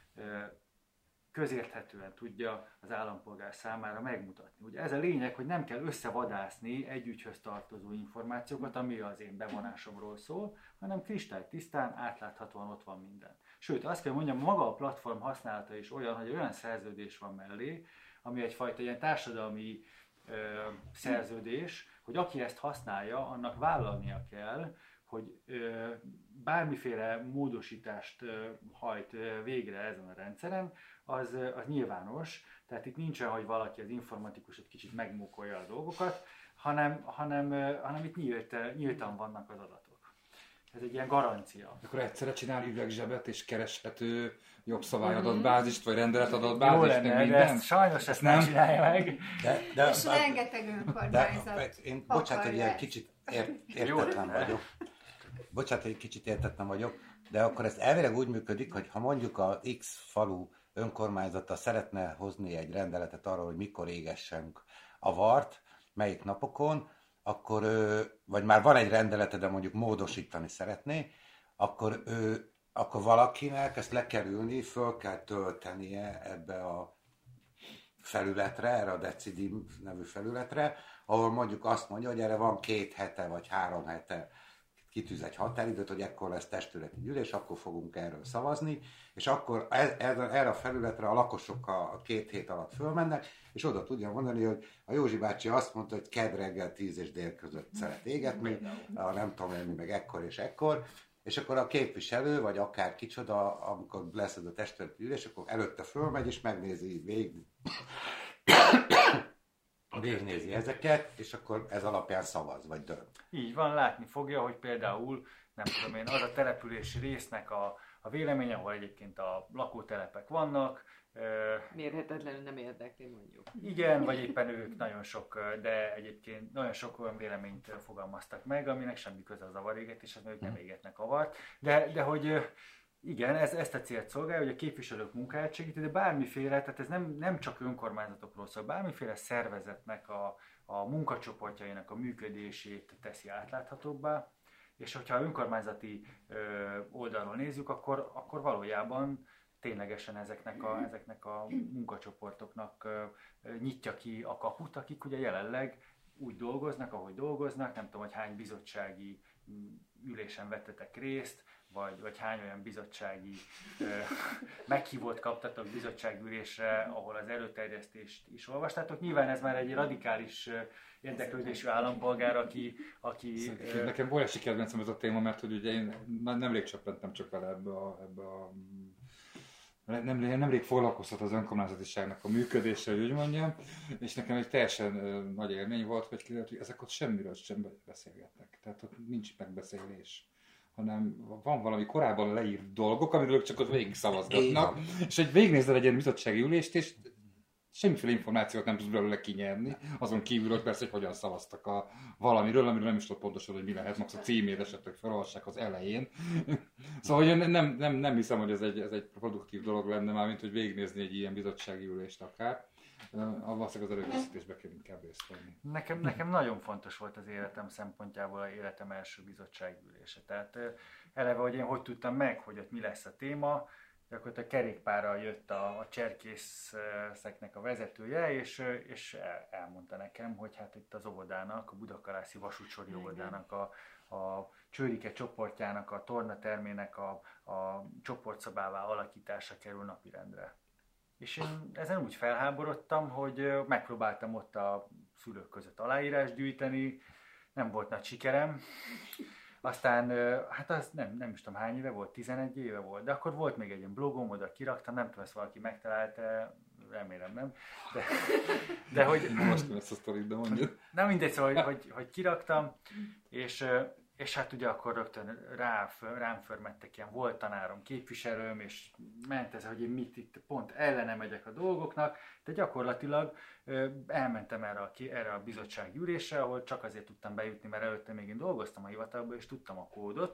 közérthetően tudja az állampolgár számára megmutatni. Ugye ez a lényeg, hogy nem kell összevadászni egy ügyhöz tartozó információkat, ami az én bevonásomról szól, hanem kristálytisztán, átláthatóan ott van minden. Sőt, azt kell mondjam, maga a platform használata is olyan, hogy olyan szerződés van mellé, ami egyfajta ilyen társadalmi ö, szerződés, hogy aki ezt használja, annak vállalnia kell, hogy ö, bármiféle módosítást ö, hajt ö, végre ezen a rendszeren, az, ö, az nyilvános. Tehát itt nincs olyan, hogy valaki az informatikus egy kicsit megmókolja a dolgokat, hanem, hanem, ö, hanem itt nyílt, nyíltan vannak az adatok. Ez egy ilyen garancia. Akkor egyszerre csinál üvegzsebet és kereshető jogszabályadat bázist, vagy rendeletadat bázist, meg mindent. Sajnos ezt nem csinálja meg. De, de, és de, rengeteg önkormányzat. De, én bocsánat, hogy egy kicsit ért, értetlen vagyok. Bocsánat, hogy egy kicsit értetlen vagyok, de akkor ez elvileg úgy működik, hogy ha mondjuk a X falu önkormányzata szeretne hozni egy rendeletet arról, hogy mikor égessünk a vart, melyik napokon, akkor, vagy már van egy rendelete, de mondjuk módosítani szeretné, akkor, ő, akkor valakinek ezt le kell ülni, föl kell töltenie ebbe a felületre, erre a Decidim nevű felületre, ahol mondjuk azt mondja, hogy erre van két hete vagy három hete kitűz egy határidőt, hogy ekkor lesz testületi gyűlés, akkor fogunk erről szavazni, és akkor erre a felületre a lakosok a két hét alatt fölmennek, és oda tudja mondani, hogy a Józsi bácsi azt mondta, hogy kedd reggel tíz és dél között szeret égetni, a nem tudom én, meg ekkor és ekkor, és akkor a képviselő, vagy akár kicsoda, amikor lesz ez a testületi gyűlés, akkor előtte fölmegy, és megnézi végig, végignézi ezeket, és akkor ez alapján szavaz, vagy dönt. Így van, látni fogja, hogy például, nem tudom én, az a települési résznek a, a véleménye, ahol egyébként a lakótelepek vannak. Mérhetetlenül nem érdekli, mondjuk. Igen, vagy éppen ők nagyon sok, de egyébként nagyon sok olyan véleményt fogalmaztak meg, aminek semmi köze az avarégetéshez, mert ők nem égetnek avart. De, de hogy igen, ez, ezt a célt szolgálja, hogy a képviselők munkáját segíti, de bármiféle, tehát ez nem, nem csak önkormányzatokról szól, bármiféle szervezetnek a, a munkacsoportjainak a működését teszi átláthatóbbá, és hogyha önkormányzati ö, oldalról nézzük, akkor, akkor valójában ténylegesen ezeknek a, ezeknek a munkacsoportoknak ö, ö, nyitja ki a kaput, akik ugye jelenleg úgy dolgoznak, ahogy dolgoznak, nem tudom, hogy hány bizottsági ülésen vettetek részt, vagy, vagy hány olyan bizottsági ö, meghívót kaptatok bizottságülésre, ahol az előterjesztést is olvastátok. Nyilván ez már egy radikális ö, érdeklődésű állampolgár, aki... aki ö... Nekem óriási kedvencem ez a téma, mert hogy ugye én nemrég csöppentem csak vele ebbe a... Ebbe a nem, nemrég foglalkoztat az önkormányzatiságnak a működése, hogy úgy mondjam, és nekem egy teljesen ö, nagy élmény volt, hogy kiderült, hogy ezek ott semmiről sem beszélgetnek. Tehát ott nincs megbeszélés, hanem van valami korábban leírt dolgok, amiről csak ott végig szavazgatnak, és hogy végignézel egy ilyen bizottsági ülést, és semmiféle információt nem tudsz belőle kinyerni, azon kívül, hogy persze, hogy hogyan szavaztak a valamiről, amiről nem is tudod pontosan, hogy mi lehet, max a címét esetleg felolvassák az elején. Szóval hogy nem, nem, nem hiszem, hogy ez egy, ez egy produktív dolog lenne már, mint hogy végignézni egy ilyen bizottsági ülést akár. A valószínűleg az előkészítésbe kell inkább részt venni. Nekem, nekem nagyon fontos volt az életem szempontjából az életem első bizottságülése. Tehát eleve, hogy én hogy tudtam meg, hogy ott mi lesz a téma, akkor a kerékpárral jött a, a cserkészeknek a vezetője, és, és el, elmondta nekem, hogy hát itt az óvodának, a Budakalászi vasútsori óvodának, a, a Csőrike csoportjának, a tornatermének a, a csoportszabává alakítása kerül napirendre. És én ezen úgy felháborodtam, hogy megpróbáltam ott a szülők között aláírást gyűjteni, nem volt nagy sikerem. Aztán, hát az nem, nem is tudom hány éve volt, tizenegy éve volt, de akkor volt még egy ilyen blogom, oda kiraktam, nem tudom, ezt valaki megtalálta, remélem nem. De, de hogy... Most nem ezt a sztorit, de mondjad. Nem mindegy, szóval, hogy, hogy, hogy kiraktam, és, és hát ugye akkor rögtön rá, rám förmettek ilyen, volt tanárom, képviselőm, és ment ez, hogy én mit itt pont ellene megyek a dolgoknak, de gyakorlatilag elmentem erre a, erre a bizottsági ülésre, ahol csak azért tudtam bejutni, mert előtte még én dolgoztam a hivatalban, és tudtam a kódot.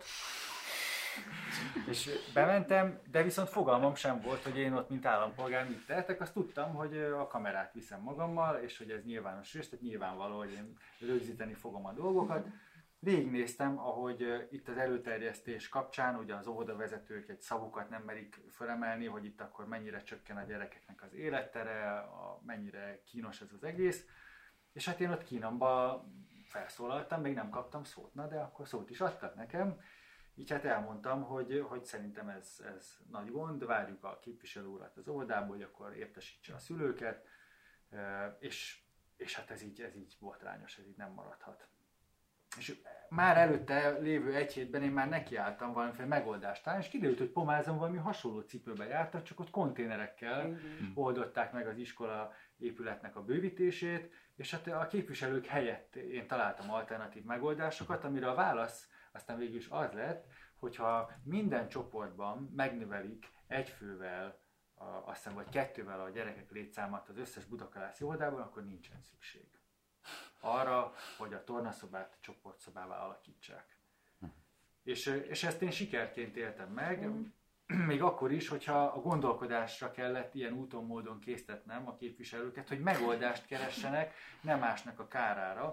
És bementem, de viszont fogalmam sem volt, hogy én ott, mint állampolgár mit tehetek. Azt tudtam, hogy a kamerát viszem magammal, és hogy ez nyilvános rész, tehát nyilvánvaló, hogy én rögzíteni fogom a dolgokat. Végignéztem, ahogy itt az előterjesztés kapcsán, ugye az óvodavezetők egy szavukat nem merik fölemelni, hogy itt akkor mennyire csökken a gyerekeknek az élettere, a, mennyire kínos ez az egész. És hát én ott kínomba felszólaltam, még nem kaptam szót, na de akkor szót is adtak nekem. Így hát elmondtam, hogy, hogy szerintem ez, ez nagy gond, várjuk a képviselő urat az óvodába, hogy akkor értesítse a szülőket, és, és hát ez így, ez így botrányos, ez így nem maradhat. És már előtte lévő egy hétben én már nekiálltam valamiféle megoldástán, és kiderült, hogy Pomázon valami hasonló cipőben jártak, csak ott konténerekkel mm-hmm. oldották meg az iskola épületnek a bővítését, és hát a képviselők helyett én találtam alternatív megoldásokat, amire a válasz aztán végül is az lett, hogyha minden csoportban megnövelik egy fővel, a, azt hiszem, vagy kettővel a gyerekek létszámát az összes Budakalászi óvodában, akkor nincsen szükség arra, hogy a tornaszobát csoportszobává alakítsák. Hm. És, és ezt én sikerként éltem meg, mm. még akkor is, hogyha a gondolkodásra kellett ilyen úton, módon késztetnem a képviselőket, hogy megoldást keressenek, nem másnak a kárára,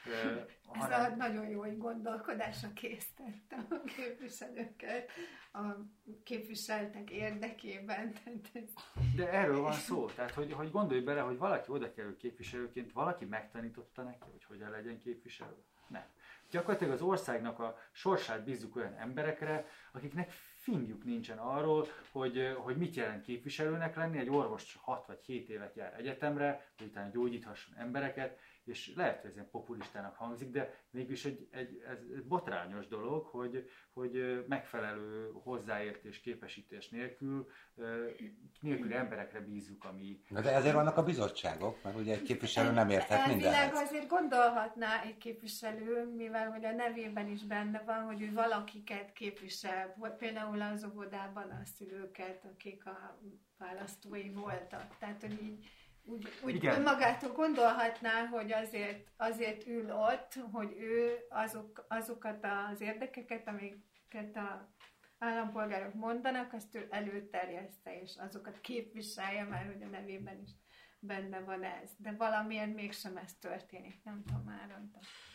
Ez hanem... a nagyon jó, hogy gondolkodásra késztette a képviselőket a képviseltek érdekében. De erről van szó, tehát hogy, hogy gondolj bele, hogy valaki oda kerül képviselőként, valaki megtanította neki, hogy hogyan legyen képviselő? Nem. Gyakorlatilag az országnak a sorsát bízzuk olyan emberekre, akiknek fingjuk nincsen arról, hogy, hogy mit jelent képviselőnek lenni. Egy orvos hat vagy hét évet jár egyetemre, hogy utána gyógyíthasson embereket, és lehet, hogy ez ilyen populistának hangzik, de mégis egy, egy, ez egy botrányos dolog, hogy, hogy megfelelő hozzáértés, képesítés nélkül, nélkül emberekre bízzuk, ami... De ezért vannak a bizottságok, mert ugye egy képviselő nem érthet mindenhez. Elvileg azért gondolhatná egy képviselő, mivel hogy a nevében is benne van, hogy ő valakiket képvisel, például az óvodában a szülőket, akik a választói voltak. Tehát, hogy így úgy, úgy önmagától gondolhatná, hogy azért, azért ül ott, hogy ő azok, azokat az érdekeket, amiket a állampolgárok mondanak, azt ő előterjeszte, és azokat képviselje, mert hogy a nevében is benne van ez. De valamiért mégsem ez történik. Nem tudom, Áron.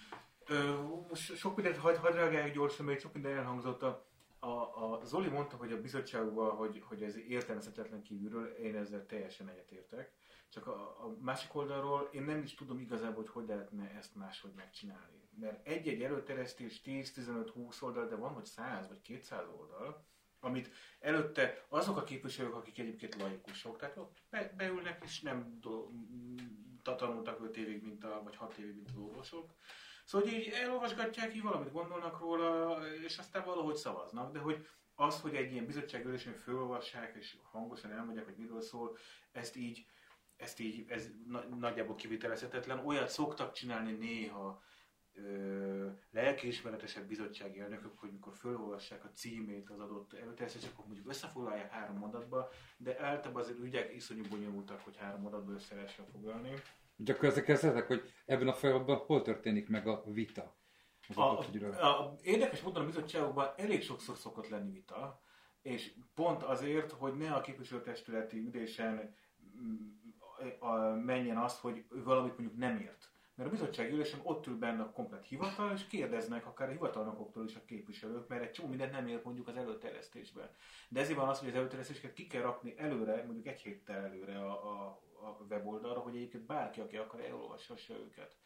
Sok mindent hadd hadd reagáljuk gyorsan, mert sok minden elhangzott. A, a, a Zoli mondta, hogy a bizottságban, hogy, hogy ez értelmezhetetlen kívülről, én ezzel teljesen egyetértek. Csak a, a másik oldalról én nem is tudom igazából, hogy hogy lehetne ezt máshogy megcsinálni. Mert egy-egy előterjesztés tíz-tizenöt-húsz oldal, de van, hogy száz vagy kétszáz oldal, amit előtte azok a képviselők, akik egyébként laikusok, tehát ott be, beülnek és nem do, tanultak öt évig, mint a, vagy hat évig, mint az orvosok. Szóval így elolvasgatják, így valamit gondolnak róla, és aztán valahogy szavaznak, de hogy az, hogy egy ilyen bizottságülésen fölolvassák, és hangosan elmondják, hogy miről szól, ezt így Ezt így, ez nagyjából kivitelezhetetlen. Olyat szoktak csinálni néha ö, lelkiismeretesebb bizottsági elnökök, hogy mikor felolvassák a címét az adott előterjesztésnek, akkor mondjuk összefoglalják három mondatba, de általában azért ügyek iszonyú bonyolultak, hogy három mondatba össze lehessen foglalni. Csak ezzel kezdetek, hogy ebben a folyamatban hol történik meg a vita? A, a, a, érdekes módon a bizottságokban elég sokszor szokott lenni vita, és pont azért, hogy ne a képviselőtestületi ülésen a, menjen az, hogy ő valamit mondjuk nem ért. Mert a bizottsági ülésen ott ül benne a komplet hivatal, és kérdeznek akár a hivatalnokoktól is a képviselők, mert egy csomó mindent nem ért mondjuk az előterjesztésben. De ezért van az, hogy az előterjesztéseket ki kell rakni előre, mondjuk egy héttel előre a, a, a weboldalra, hogy egyébként bárki, aki akar, elolvashassa őket.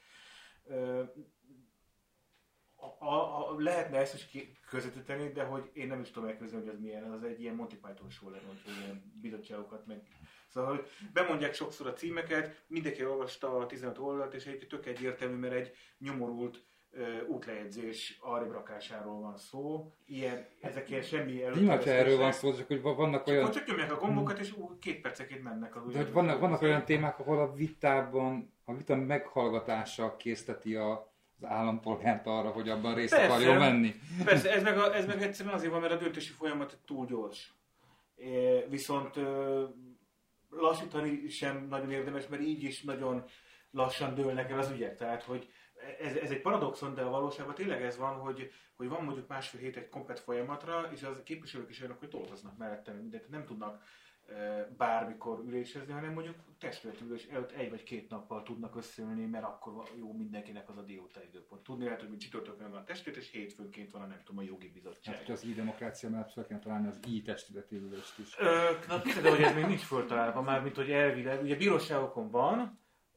A, a, a, lehetne ezt is közvetíteni, de hogy én nem is tudom elképzelni, hogy az milyen, az egy ilyen Monty Python show lenne, hogy ilyen bizottságokat meg... Szóval, hogy bemondják sokszor a címeket, mindenki olvasta a tizenöt oldalt, és egyébként tök egyértelmű, mert egy nyomorult uh, útlejegyzés arrébb rakásáról van szó. Ilyen, ezek ilyen semmi előtt. Erről van szó, csak hogy vannak olyan... Csak, csak nyomják a gombokat, és ú, két perceként mennek az úgy. Vannak, vannak olyan témák, ahol a vitában, a vita meghallgatása készteti a az állampolgárt arra, hogy abban részt persze, akarjon venni. Persze, ez meg, a, ez meg egyszerűen azért van, mert a döntési folyamat túl gyors. É, viszont ö, lassítani sem nagyon érdemes, mert így is nagyon lassan dőlnek el az ügyek. Tehát, hogy ez, ez egy paradoxon, de a valóságban tényleg ez van, hogy, hogy van mondjuk másfél hét egy komplet folyamatra, és az képviselők is olyanok, hogy dolgoznak mellette mindent, nem tudnak bármikor ülésezni, hanem mondjuk testületi ülés előtt egy vagy két nappal tudnak összeülni, mert akkor jó mindenkinek az a délután időpont. Tudni lehet, hogy csütörtökön van a testület, és hétfőnként van a nem tudom, a jogi bizottság. Hát, hogy az i-demokrácia mellett fel kellene találni az i-testületi ülést is. Ö, na, de hogy ez még nincs föltalálva, mármint hogy elvileg, ugye bíróságokon van,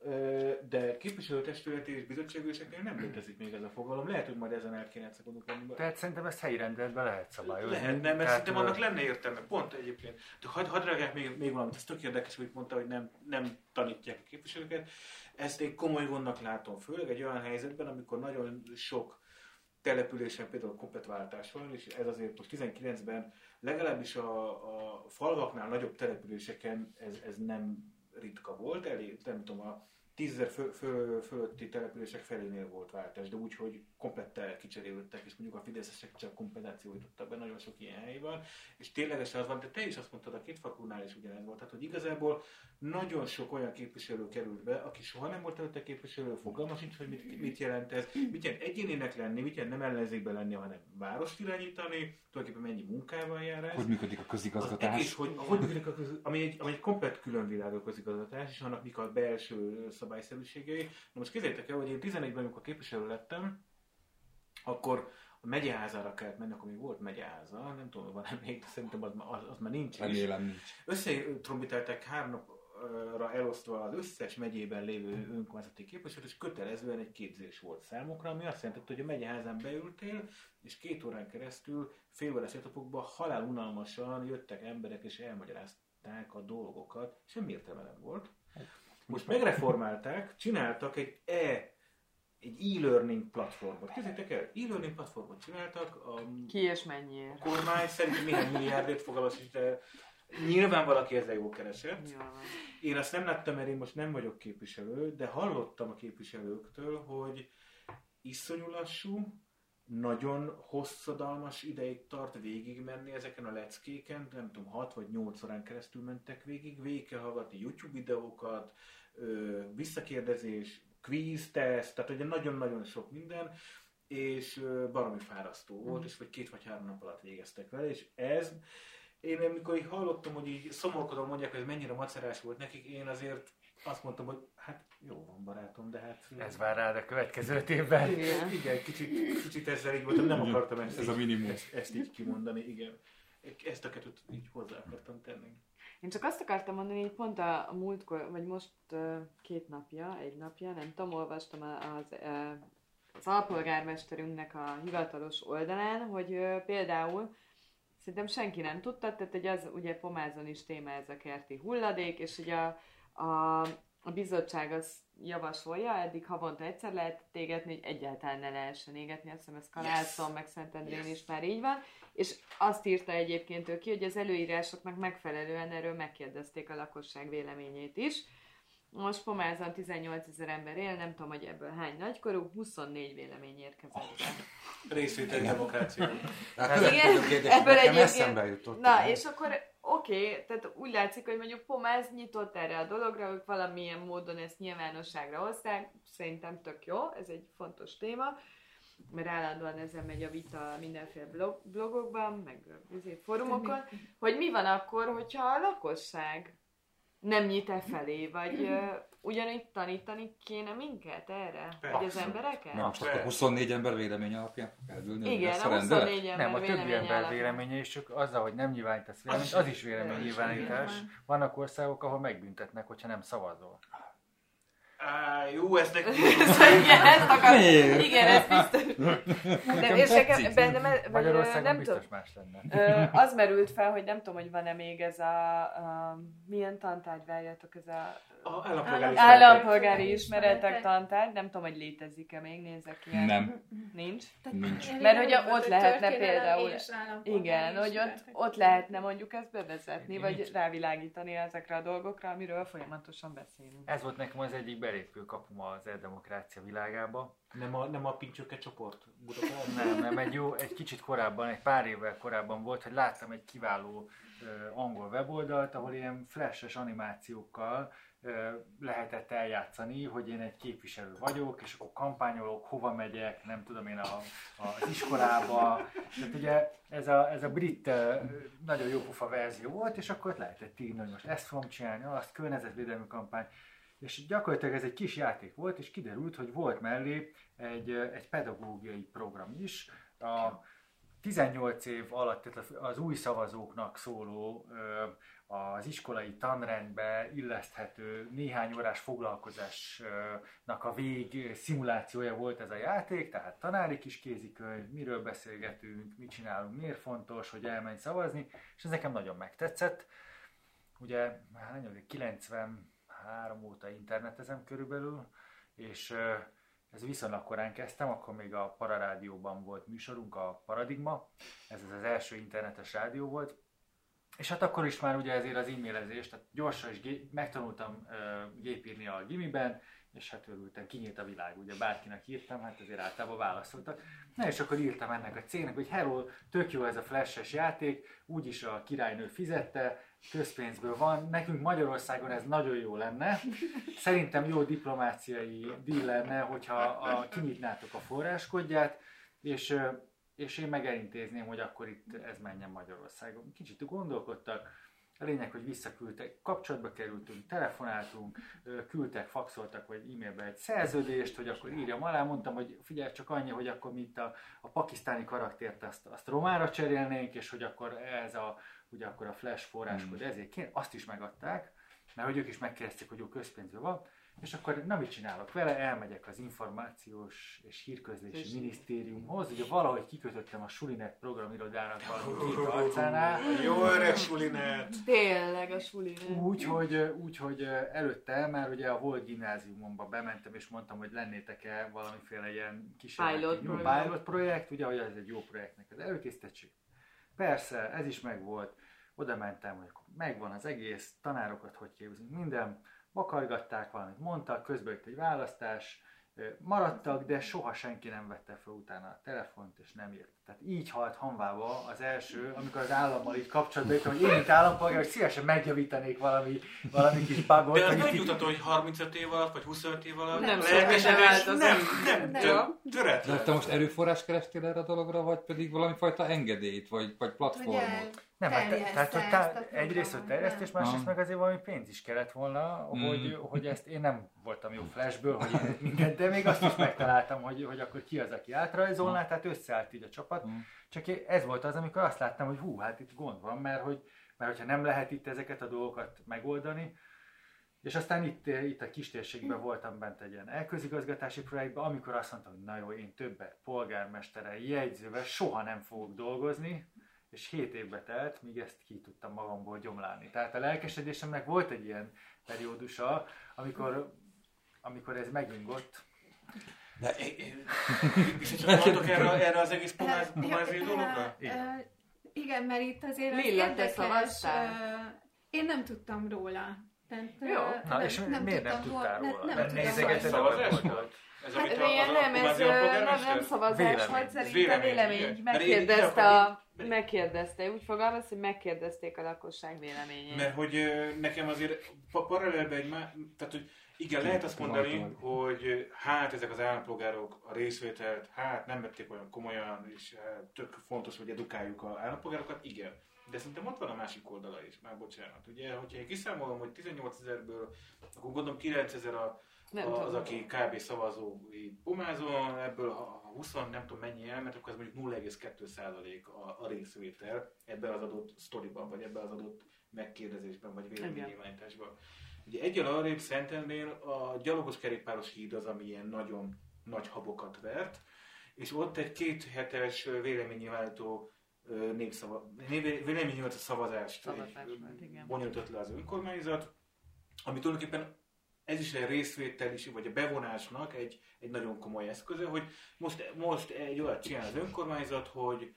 de képviselőtestületi és bizottságüléseknél nem létezik még ez a fogalom. Lehet, hogy majd ezen el kéne egyszer gondolkodni. Tehát szerintem ezt helyi rendeletben lehet szabályozni. Lehet, nem, mert szerintem annak lenne értelme. Pont egyébként. Hadd had reagálják még, még valamit. Ez tök érdekes, hogy mondta, hogy nem, nem tanítják a képviselőket. Ezt én komoly gondnak látom. Főleg egy olyan helyzetben, amikor nagyon sok településen például komplet váltás van, és ez azért most tizenkilencben legalábbis a, a falvaknál nagyobb településeken ez, ez nem ritka volt. Elég, nem tudom, a tízezer fő, fő, fölötti települések felénél volt váltás, de úgy, hogy komplette kicserélődtek, és mondjuk a fideszesek csak kompenzációt tudtak be, nagyon sok ilyen hely van, és ténylegesen az van, de te is azt mondtad, a Kétfarkúnál is ugyanez volt, tehát hogy igazából nagyon sok olyan képviselő került be, aki soha nem volt előtte képviselő, fogalma sincs, hogy mit, mit jelent ez, mit jelent egyénének lenni, mit jelent nem ellenzékben lenni, hanem várost irányítani, tulajdonképpen mennyi munkával jár ez. Hogy működik a közigazgatás? És hogy, hogy működik a köz, ami, egy, ami egy komplet különvilág a közigazgatás, és annak mik a belső szabályszerűségei. Na most képzeljétek el, hogy én tizenegyben, amikor képviselő lettem, akkor a megyeházára kellett menni, akkor még volt megyeháza, nem tudom, hogy van-e még, de szerintem az, az, az már nincs is. Remélem nincs. Összetrombitálták három napra elosztva az összes megyében lévő önkormányzati képviselőt, és kötelezően egy képzés volt számukra, ami azt jelentette, hogy a megyeházán beültél, és két órán keresztül félóres etapokban halálunalmasan jöttek emberek, és elmagyarázták a dolgokat, semmi értelme nem volt. Most megreformálták, csináltak egy e egy e-learning platformot. Képzeljétek el, e-learning platformot csináltak. A, Ki és mennyiért? A kormány szerint néhány milliárdért fogalmaz, de nyilván valaki ezzel jól keresett. Jól. Én azt nem láttam, mert én most nem vagyok képviselő, de hallottam a képviselőktől, hogy iszonyú lassú, nagyon hosszadalmas ideig tart végigmenni ezeken a leckéken, nem tudom, hat vagy nyolc órán keresztül mentek végig, végig kell hallgatni YouTube videókat, visszakérdezés, quiz teszt, tehát ugye nagyon-nagyon sok minden, és baromi fárasztó volt, mm. és vagy két vagy három nap alatt végeztek vele, és ez, én amikor így hallottam, hogy így szomorkodom mondják, hogy ez mennyire macerás volt nekik, én azért azt mondtam, hogy hát jó van barátom, de hát... Ez vár rád a következő évben. Igen, igen kicsit, kicsit ezzel így voltam, nem akartam ezt, ez így, a minimum. Ezt, ezt így kimondani, igen. Ezt a kettőt így hozzá akartam tenni. Én csak azt akartam mondani, hogy pont a, a múltkor, vagy most uh, két napja, egy napja, nem tudom, olvastam az, uh, az alpolgármesterünknek a hivatalos oldalán, hogy uh, például szerintem senki nem tudta, tehát hogy az ugye Pomázon is téma ez a kerti hulladék, és hogy a, a, a bizottság az javasolja, eddig havonta egyszer lehet égetni, hogy egyáltalán ne lehessen égetni, azt hiszem ez Kalászon, yes. meg Szentendrén yes. is már így van, és azt írta egyébként ő ki, hogy az előírásoknak megfelelően erről megkérdezték a lakosság véleményét is. Most Pomázon tizennyolcezer ember él, nem tudom, hogy ebből hány nagykorú, huszonnégy vélemény érkezett. Részvételi demokrácia. Igen, ebből egyébként... Na, és akkor oké, okay, tehát úgy látszik, hogy mondjuk Pomáz nyitott erre a dologra, ők valamilyen módon ezt nyilvánosságra hozták, szerintem tök jó, ez egy fontos téma, mert állandóan ezen megy a vita mindenféle blog, blogokban, meg fórumokon, hogy mi van akkor, hogyha a lakosság nem nyit e felé, vagy uh, ugyanígy tanítani kéne minket erre? Persze. Vagy az embereket? Nem, most akkor huszonnégy ember vélemény alapján eldülni. Igen, a huszonnégy ember nem, a többi ember véleménye, és csak azzal, hogy nem nyilvánítasz véleményt, az is véleménynyilvánítás. Vannak országok, ahol megbüntetnek, hogyha nem szavazol. Á, jó, ez nekünk. Igen, ezt akar... Igen, ez biztos. De és nekem benne, Magyarországon nem biztos tudom, más lenne. az merült fel, hogy nem tudom, hogy van-e még ez a, a milyen tantárgy, várjátok, ez a, a állampolgári, állampolgári ismeretek tantárgy, nem tudom, hogy létezik-e még, nézzek ilyen. Nem. Nincs? Nincs. Mert hogy ott lehetne például, igen, hogy ott, ott lehetne mondjuk ezt bevezetni, vagy rávilágítani ezekre a dolgokra, amiről folyamatosan beszélünk. Ez volt nekem az egyik belépőkapum az e-demokrácia világába. Nem a, nem a Pincsöke csoport Budapest? Nem, nem, egy, jó, egy kicsit korábban, egy pár évvel korábban volt, hogy láttam egy kiváló uh, angol weboldalt, ahol ilyen flashes animációkkal uh, lehetett eljátszani, hogy én egy képviselő vagyok, és akkor kampányolok, hova megyek, nem tudom én a, az iskolába. Tehát ugye ez a, ez a brit uh, nagyon jó pofa verzió volt, és akkor lehetett írni, hogy most ezt fogom csinálni, azt, környezetvédelmi kampány. És gyakorlatilag ez egy kis játék volt, és kiderült, hogy volt mellé egy, egy pedagógiai program is. A tizennyolc év alatt az új szavazóknak szóló, az iskolai tanrendbe illeszthető néhány órás foglalkozásnak a vég szimulációja volt ez a játék, tehát tanári kis kézikönyv, miről beszélgetünk, mit csinálunk, miért fontos, hogy elmenj szavazni, és ez nekem nagyon megtetszett. Ugye, kilencven három óta internetezem körülbelül, és ez viszonylag korán kezdtem, akkor még a Pararádióban volt műsorunk, a Paradigma, ez az első internetes rádió volt, és hát akkor is már ugye ezért az e-mailezést, tehát gyorsan is gé- megtanultam uh, gépírni a gimiben, és hát örültem, kinyílt a világ, ugye bárkinek írtam, hát azért általában válaszoltak. Na és akkor írtam ennek a cégnek, hogy hello, tök jó ez a flashes játék, úgyis a királynő fizette, közpénzből van, nekünk Magyarországon ez nagyon jó lenne. Szerintem jó diplomáciai deal lenne, hogyha a, kinyitnátok a forráskodját, és, és én meg elintézném, hogy akkor itt ez menjen Magyarországon. Kicsit gondolkodtak, A lényeg, hogy visszaküldtek, kapcsolatba kerültünk, telefonáltunk, küldtek, faxoltak, vagy e-mailbe egy szerződést, hogy akkor írjam alá, mondtam, hogy figyelj csak annyi, hogy akkor mint a, a pakisztáni karaktert azt, azt romára cserélnénk, és hogy akkor ez a, ugye akkor a flash forráskod hmm. ezért kéne, azt is megadták, mert hogy ők is megkérdezték, hogy jó közpénzből van, és akkor na mit csinálok vele, elmegyek az információs és hírközlési és minisztériumhoz, ugye valahogy kikötöttem a Sulinet programirodának valami két arcánál. Jó öreg Sulinet! Tényleg a Sulinet. Úgy, hogy, úgy, hogy előtte már ugye a volt gimnáziumomba bementem, és mondtam, hogy lennétek-e valamiféle ilyen kísérleti pilot projekt. pilot projekt, ugye, hogy ez egy jó projektnek az előkészítettség. Persze, ez is megvolt. Oda mentem, hogy megvan az egész, tanárokat hogy képzünk, minden. Vakargatták, valamit mondtak, közben jött egy választás, maradtak, de soha senki nem vette fel utána a telefont, és nem írt. Tehát így halt hamvába az első, amikor az állammal így kapcsolatban jöttem, hogy én itt állampolgár, hogy szívesen megjavítanék valami, valami kis bugot. De az megnyugtató, hogy harmincöt év alatt, vagy huszonöt év alatt nem lelkesedés nem, nem, nem, nem. töretlen. De te most erőforrás kerestél erre a dologra, vagy pedig valami fajta engedélyt, vagy, vagy platformot? Nem, hát, tehát hogy tá, egyrészt, hogy terjesztés, másrészt meg azért valami pénz is kellett volna, mm. hogy, hogy ezt én nem voltam jó flashből, hogy én mindent, de még azt is megtaláltam, hogy, hogy akkor ki az, aki átrajzolná, tehát összeállt így a csapat. Mm. Csak ez volt az, amikor azt láttam, hogy hú, hát itt gond van, mert, hogy, mert hogyha nem lehet itt ezeket a dolgokat megoldani, és aztán itt, itt a kistérségben voltam bent egy ilyen elközigazgatási projektben, amikor azt mondtam, hogy na jó, én többet polgármesterrel, jegyzővel soha nem fogok dolgozni, és hét évbe telt, míg ezt ki tudtam magamból gyomlálni. Tehát a lelkesedésemnek volt egy ilyen periódusa, amikor, amikor ez megingott. De visszacsatolhatok erre, erre az egész pomázi dologra? Igen. Igen, mert itt azért az Lilla, érdekes, én nem tudtam róla. Tehát, jó. Na, nem, és nem miért nem tudtál róla? Nem, mert nem nézegeted a weboldalt. Ez, hát, a, ilyen nem, ez nem, nem szavazás volt, szerintem vélemény. Megkérdezte, a, megkérdezte, úgy fogalmaz, hogy megkérdezték a lakosság véleményét. Mert hogy nekem azért paralelben egy má... Tehát, hogy igen, lehet azt mondani, hogy hát ezek az állampolgárok a részvételt, hát nem vették olyan komolyan, és tök fontos, hogy edukáljuk az állampolgárokat, igen. De szerintem ott van a másik oldala is, már bocsánat. Ugye, hogyha én kiszámolom, hogy tizennyolcezerből, akkor gondolom kilencezer a az, aki kb. Szavazó pomázon, ebből a húsz, nem tudom mennyi elment, akkor az mondjuk nulla egész kettő százalék a, a részvétel ebben az adott sztoriban, vagy ebben az adott megkérdezésben, vagy véleménynyilvánításban. Ugye egyel arrébb Szentendrén a gyalogos kerékpáros híd az, ami ilyen nagyon nagy habokat vert, és ott egy két hetes véleménynyilvánító népszava, véleménynyilvánító szavazást bonyolított le az önkormányzat, ami tulajdonképpen ez is egy részvétel is, vagy a bevonásnak egy, egy nagyon komoly eszköze, hogy most, most egy olyat csinál az önkormányzat, hogy,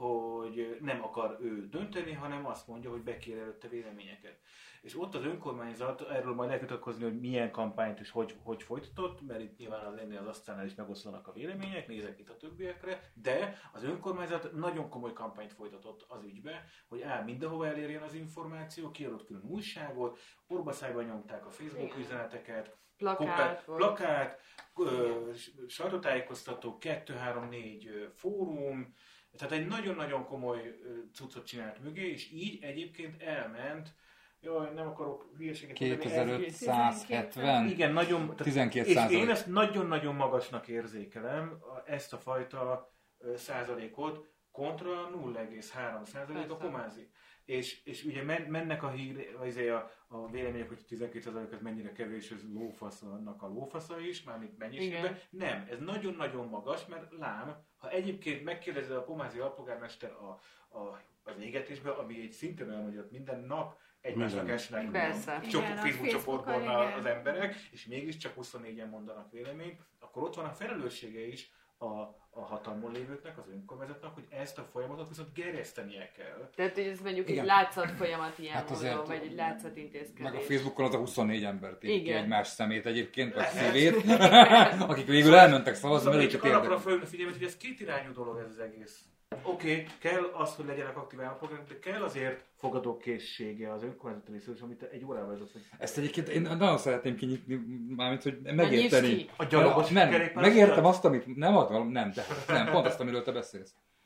hogy nem akar ő dönteni, hanem azt mondja, hogy bekér előtte véleményeket. És ott az önkormányzat, erről majd lehet vitatkozni, hogy milyen kampányt és hogy, hogy folytatott, mert itt nyilván az ennél az asztalnál is megoszlanak a vélemények, nézek itt a többiekre, de az önkormányzat nagyon komoly kampányt folytatott az ügybe, hogy áll mindenhova elérjen az információ, kiadott külön újságot, orbaszájban nyomták a Facebook üzeneteket, plakát, komplet, plakát ö, sajtótájékoztató, kettő három négy fórum, tehát egy nagyon-nagyon komoly cuccot csinált mögé, és így egyébként elment. Jaj, nem akarok hülyeséget mondani. kétezer-ötszázhetven. Igen, nagyon. tizenkét és százalék. én ezt nagyon-nagyon magasnak érzékelem, ezt a fajta százalékot kontra nulla egész három százalék a pomázi. És, és ugye mennek a hír, a, a vélemények, hogy tizenkét százalék az mennyire kevés, ez lófasznak a lófasza is, mármint mennyiségben. Nem, ez nagyon-nagyon magas, mert lám, ha egyébként megkérdezi a pomázi alpolgármester a, a, az égetésben, ami egy szintén olyan, hogy ott minden nap egymásnak esnek Facebook csoportban az emberek, és mégiscsak huszonnégyen mondanak véleményt, akkor ott van a felelőssége is a, a hatalmon lévőknek, az önkormányzatnak, hogy ezt a folyamatot viszont gerjesztenie kell. Tehát, hogy ez mondjuk igen. Egy látszat folyamat ilyen hát módon, azért, vagy egy látszat intézkedés. Meg a Facebookon az a huszonnégy embert írt ki egymás szemét egyébként, vagy szívét, akik végül elmentek szavazni, mert őket érdekel. Arra fölhívni a figyelmet, hogy ez kétirányú dolog ez az egész. Oké, okay, kell az, hogy legyenek aktív állampolgárok, de kell azért fogadókészsége az önkormányzat részéről, amit egy órával vezetsz. Ezt egyébként én nagyon szeretném kinyitni, mármint, hogy megérteni. A gyalogos nem, megértem azt, amit nem adom, nem, de nem, pont azt, amiről te beszélsz.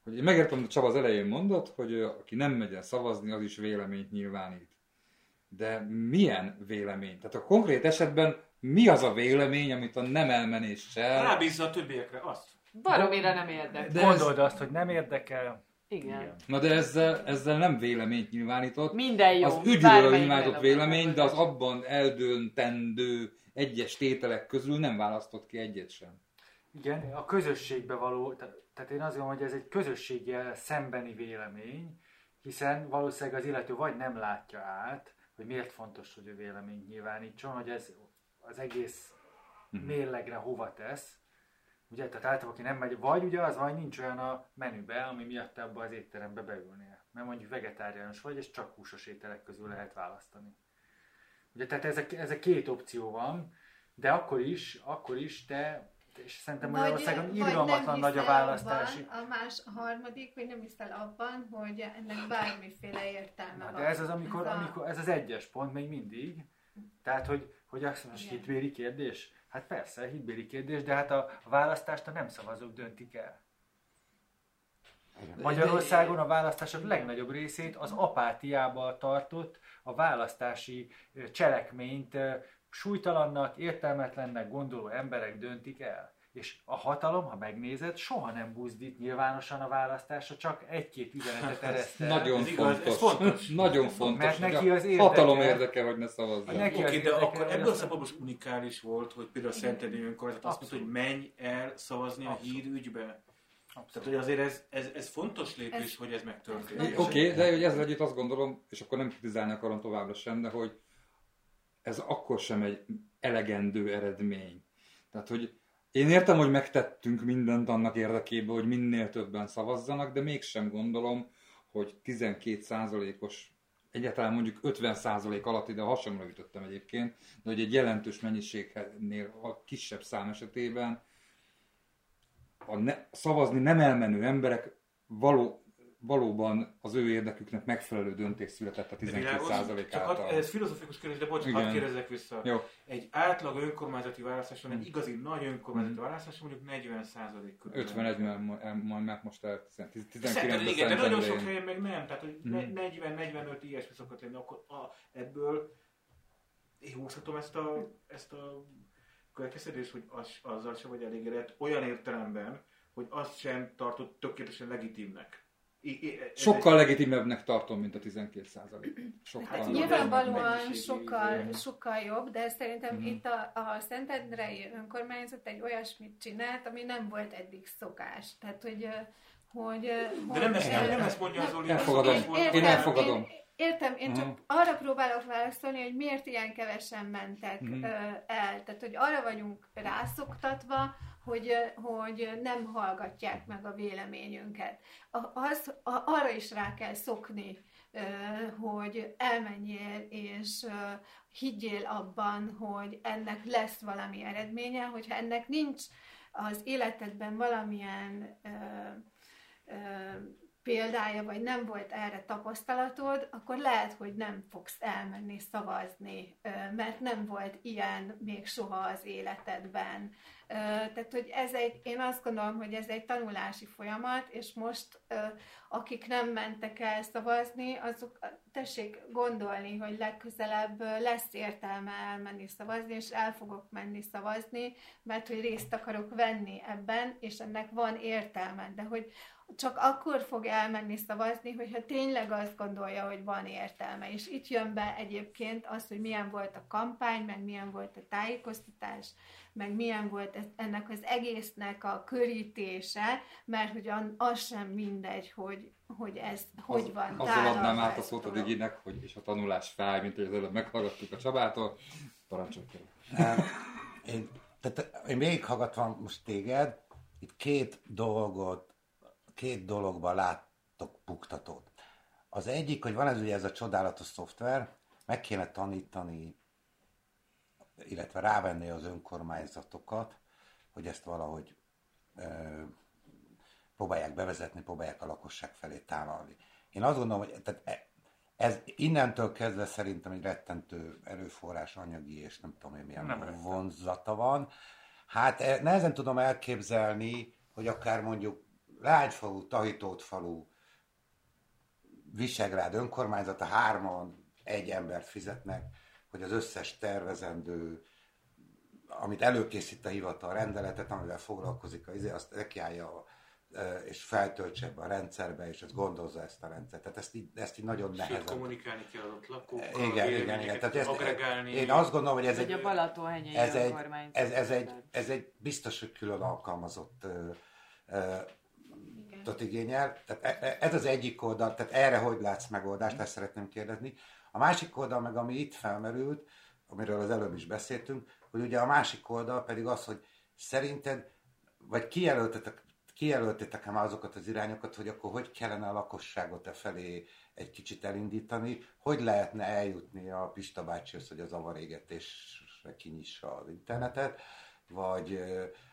hogy én megértem, hogy Csaba az elején mondott, hogy aki nem megy el szavazni, az is véleményt nyilvánít. De milyen vélemény? Tehát a konkrét esetben mi az a vélemény, amit a nem elmenéssel... Rábízza a többiekre, azt. Baromira nem érdekel. De Gondold ez... azt, hogy nem érdekel. Igen. Igen. Na de ezzel, ezzel nem véleményt nyilvánított. Minden jó. Az ügyről nyilvánított vélemény, de az abban eldöntendő egyes tételek közül nem választott ki egyet sem. Igen, a közösségbe való, tehát én azt gondolom, hogy ez egy közösséggel szembeni vélemény, hiszen valószínűleg az illető vagy nem látja át, hogy miért fontos, hogy ő véleményt nyilvánítson, hogy ez az egész mérlegre hova tesz. Ugye, tehát általában aki nem megy, vagy ugye az, vagy nincs olyan a menübe, ami miatt abba az étterembe beülnél. Mert mondjuk vegetáriánus vagy, és csak húsos ételek közül lehet választani. Ugye, tehát ez a, ez a két opció van, de akkor is, akkor is te, és szerintem Magyarországon irgalmatlan nagy a választási. Abban, a más, a harmadik, hogy nem hiszel abban, hogy ennek bármiféle értelme Na, van. de ez az, amikor, ez, a... amikor, ez az egyes pont még mindig. Tehát, hogy, hogy azt mondja, hitbéli kérdés? Hát persze, hitbéli kérdés, de hát a választást a nem szavazók döntik el. Magyarországon a választások legnagyobb részét az apátiába tartott, a választási cselekményt súlytalannak, értelmetlennek gondoló emberek döntik el. És a hatalom, ha megnézed, soha nem buzdít nyilvánosan a választásra, csak egy-két üzenetet ereszt el. Nagyon fontos. Ez fontos. Nagyon fontos. Mert neki az érdeke, hatalom érdeke, hogy ne szavazzon. Oké, okay, de akkor ebből a szempontból unikális volt, hogy például a Szentendrei önkormányzat azt mondta, hogy menj el szavazni Abszolút. a hírügybe. Abszolút. Tehát, hogy azért ez, ez, ez fontos lépés, ez, hogy ez megtörténik. Oké, okay, de hogy ezzel együtt azt gondolom, és akkor nem kritizálni akarom továbbra sem, de hogy ez akkor sem egy elegendő eredmény. Tehát, hogy én értem, hogy megtettünk mindent annak érdekében, hogy minél többen szavazzanak, de mégsem gondolom, hogy tizenkét százalékos, egyáltalán mondjuk ötven százalék alatt, ide hasonlóra ütöttem egyébként, de hogy egy jelentős mennyiségnél a kisebb szám esetében a ne, szavazni nem elmenő emberek való, valóban az ő érdeküknek megfelelő döntés született a tizenkét százalék által. Had, ez filozofikus kérdés, de bocs, hadd kérdezzek vissza. Jó. Egy átlag önkormányzati választáson, egy igazi nagy önkormányzati választáson mondjuk negyven százalék körül. ötvenegy, mert most el tizenkilencben igen, de nagyon sok helyen meg nem, tehát hogy negyven-negyvenöt ilyesmi szokott lenni, akkor a, ebből én húzhatom ezt a, ezt a következtetést, hogy az, azzal sem vagy elégedett olyan értelemben, hogy azt sem tartott tökéletesen legitimnek. I, I, sokkal legitimebbnek tartom, mint a tizenkét százalék. Hát nyilvánvalóan sokkal, sokkal jobb, de szerintem mm-hmm. itt a, a Szentendrei önkormányzat egy olyasmit csinált, ami nem volt eddig szokás. Tehát, hogy... hogy de hogy nem, ezt, nem ezt mondja az Oli. Elfogadom. Én, én elfogadom. Én, értem, én csak mm. arra próbálok válaszolni, hogy miért ilyen kevesen mentek mm. el. Tehát, hogy arra vagyunk rászoktatva, hogy, hogy nem hallgatják meg a véleményünket. Az, arra is rá kell szokni, hogy elmenjél és higgyél abban, hogy ennek lesz valami eredménye, hogyha ennek nincs az életedben valamilyen példája, vagy nem volt erre tapasztalatod, akkor lehet, hogy nem fogsz elmenni szavazni, mert nem volt ilyen még soha az életedben. Tehát, hogy ez egy, én azt gondolom, hogy ez egy tanulási folyamat, és most akik nem mentek el szavazni, azok tessék gondolni, hogy legközelebb lesz értelme elmenni szavazni, és el fogok menni szavazni, mert hogy részt akarok venni ebben, és ennek van értelme, de hogy csak akkor fog elmenni szavazni, hogyha tényleg azt gondolja, hogy van értelme. És itt jön be egyébként az, hogy milyen volt a kampány, meg milyen volt a tájékoztatás, meg milyen volt ennek az egésznek a körítése, mert hogy az sem mindegy, hogy, hogy ez az, hogy van. Azzal adnám át a szót a Diginek, hogy és a tanulás fáj, mint hogy az előbb meghallgattuk a Csabától. Parancsolj. Én, tehát én végighallgatvam most téged, itt két dolgot két dologban láttok buktatót. Az egyik, hogy van ez ugye ez a csodálatos szoftver, meg kéne tanítani, illetve rávenni az önkormányzatokat, hogy ezt valahogy ö, próbálják bevezetni, próbálják a lakosság felé tálalni. Én azt gondolom, hogy tehát ez innentől kezdve szerintem egy rettentő erőforrás, anyagi és nem tudom én milyen nem vonzata van. Hát nehezen tudom elképzelni, hogy akár mondjuk Leányfalu, Tahitótfalu, Visegrád önkormányzata hárman egy embert fizetnek, hogy az összes tervezendő, amit előkészít a hivatal rendeletet, amivel foglalkozik, azt nekiállja és feltöltse ebbe a rendszerbe, és ez gondozza ezt a rendszert. Tehát ezt így, ezt így nagyon nehezen. Sőt, kommunikálni kell adott lakókkal, igen, igen, igen. Tehát ezt, agregálni. Én azt gondolom, hogy ez egy, a Balatonhegyei ez egy, ez, ez, egy, ez egy biztos, hogy külön alkalmazott tot igényel. Tehát ez az egyik oldal, tehát erre hogy látsz megoldást, ezt szeretném kérdezni. A másik oldal meg, ami itt felmerült, amiről az előbb is beszéltünk, hogy ugye a másik oldal pedig az, hogy szerinted, vagy kijelöltetek, kijelöltétek-e már azokat az irányokat, hogy akkor hogy kellene a lakosságot e felé egy kicsit elindítani, hogy lehetne eljutni a Pista bácsihoz, hogy az avarégetésre kinyissa az internetet, vagy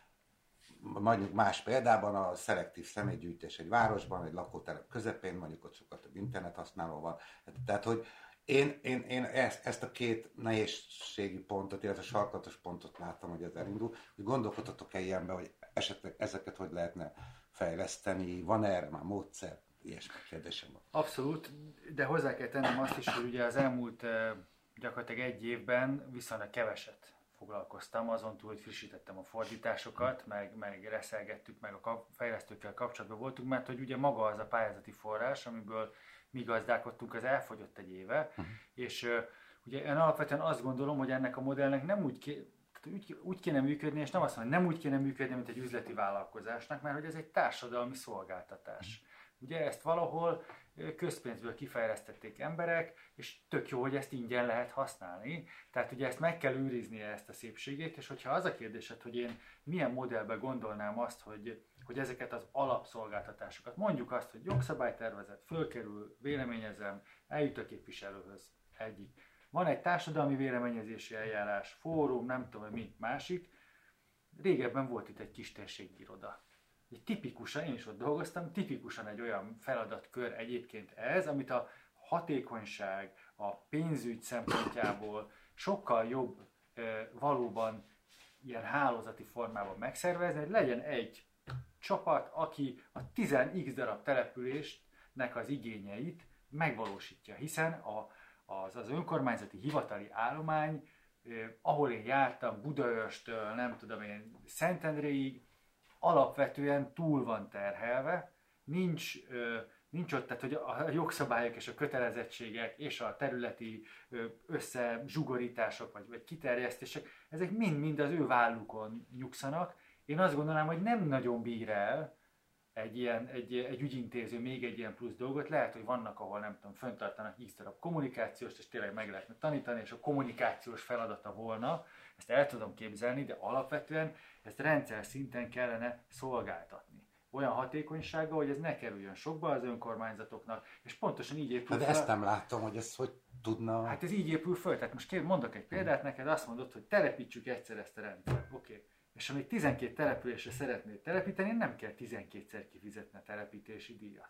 mondjuk más példában a szelektív személygyűjtés egy városban, egy lakótelep közepén, mondjuk ott sokkal több internet használó van. Tehát, hogy én, én, én ezt, ezt a két nehézségi pontot, illetve sarkatos pontot láttam, hogy ez elindul. Hogy gondolkodhatok-e ilyenben, hogy esetleg ezeket hogy lehetne fejleszteni, van erre már módszer? Ilyesmi kérdésem van. Abszolút, de hozzá kell tennem azt is, hogy ugye az elmúlt gyakorlatilag egy évben viszonylag keveset foglalkoztam, azon túl, hogy frissítettem a fordításokat, meg, meg reszelgettük, meg a fejlesztőkkel kapcsolatban voltunk, mert hogy ugye maga az a pályázati forrás, amiből mi gazdálkodtunk, az elfogyott egy éve, uh-huh. és uh, ugye én alapvetően azt gondolom, hogy ennek a modellnek nem úgy, ké, úgy, úgy kéne működni, és nem azt mondom, hogy nem úgy kéne működni, mint egy üzleti vállalkozásnak, mert hogy ez egy társadalmi szolgáltatás. Uh-huh. Ugye ezt valahol közpénzből kifejlesztették emberek, és tök jó, hogy ezt ingyen lehet használni. Tehát ugye ezt meg kell őriznie, ezt a szépségét, és hogyha az a kérdésed, hogy én milyen modellbe gondolnám azt, hogy, hogy ezeket az alapszolgáltatásokat, mondjuk azt, hogy jogszabálytervezet, fölkerül, véleményezem, eljut a képviselőhöz, egyik. Van egy társadalmi véleményezési eljárás, fórum, nem tudom, mi, másik. Régebben volt itt egy kistérségi iroda. Egy tipikusan, én is ott dolgoztam, tipikusan egy olyan feladatkör egyébként ez, amit a hatékonyság, a pénzügy szempontjából sokkal jobb e, valóban ilyen hálózati formában megszervezni, hogy legyen egy csapat, aki a tíz x darab településnek az igényeit megvalósítja, hiszen a, az, az önkormányzati hivatali állomány, eh, ahol én jártam, Budaörstől, nem tudom én, Szentendréig, alapvetően túl van terhelve, nincs, ö, nincs ott, tehát hogy a jogszabályok és a kötelezettségek és a területi ö, összezsugorítások vagy, vagy kiterjesztések, ezek mind-mind az ő vállukon nyugszanak. Én azt gondolom, hogy nem nagyon bír el egy, ilyen, egy, egy ügyintéző még egy ilyen plusz dolgot. Lehet, hogy vannak, ahol nem tudom, föntartanak x darab kommunikációs, és tényleg meg lehetne tanítani, és a kommunikációs feladata volna, ezt el tudom képzelni, de alapvetően ezt rendszer szinten kellene szolgáltatni. Olyan hatékonysággal, hogy ez ne kerüljön sokba az önkormányzatoknak, és pontosan így épül de fel. ezt nem látom, hogy ez hogy tudna... Hát ez így épül föl. Tehát most mondok egy példát neked, azt mondod, hogy telepítsük egyszer ezt a rendszert. Oké. Okay. És amíg tizenkét településre szeretnéd telepíteni, nem kell tizenkétszer kifizetni a telepítési díjat.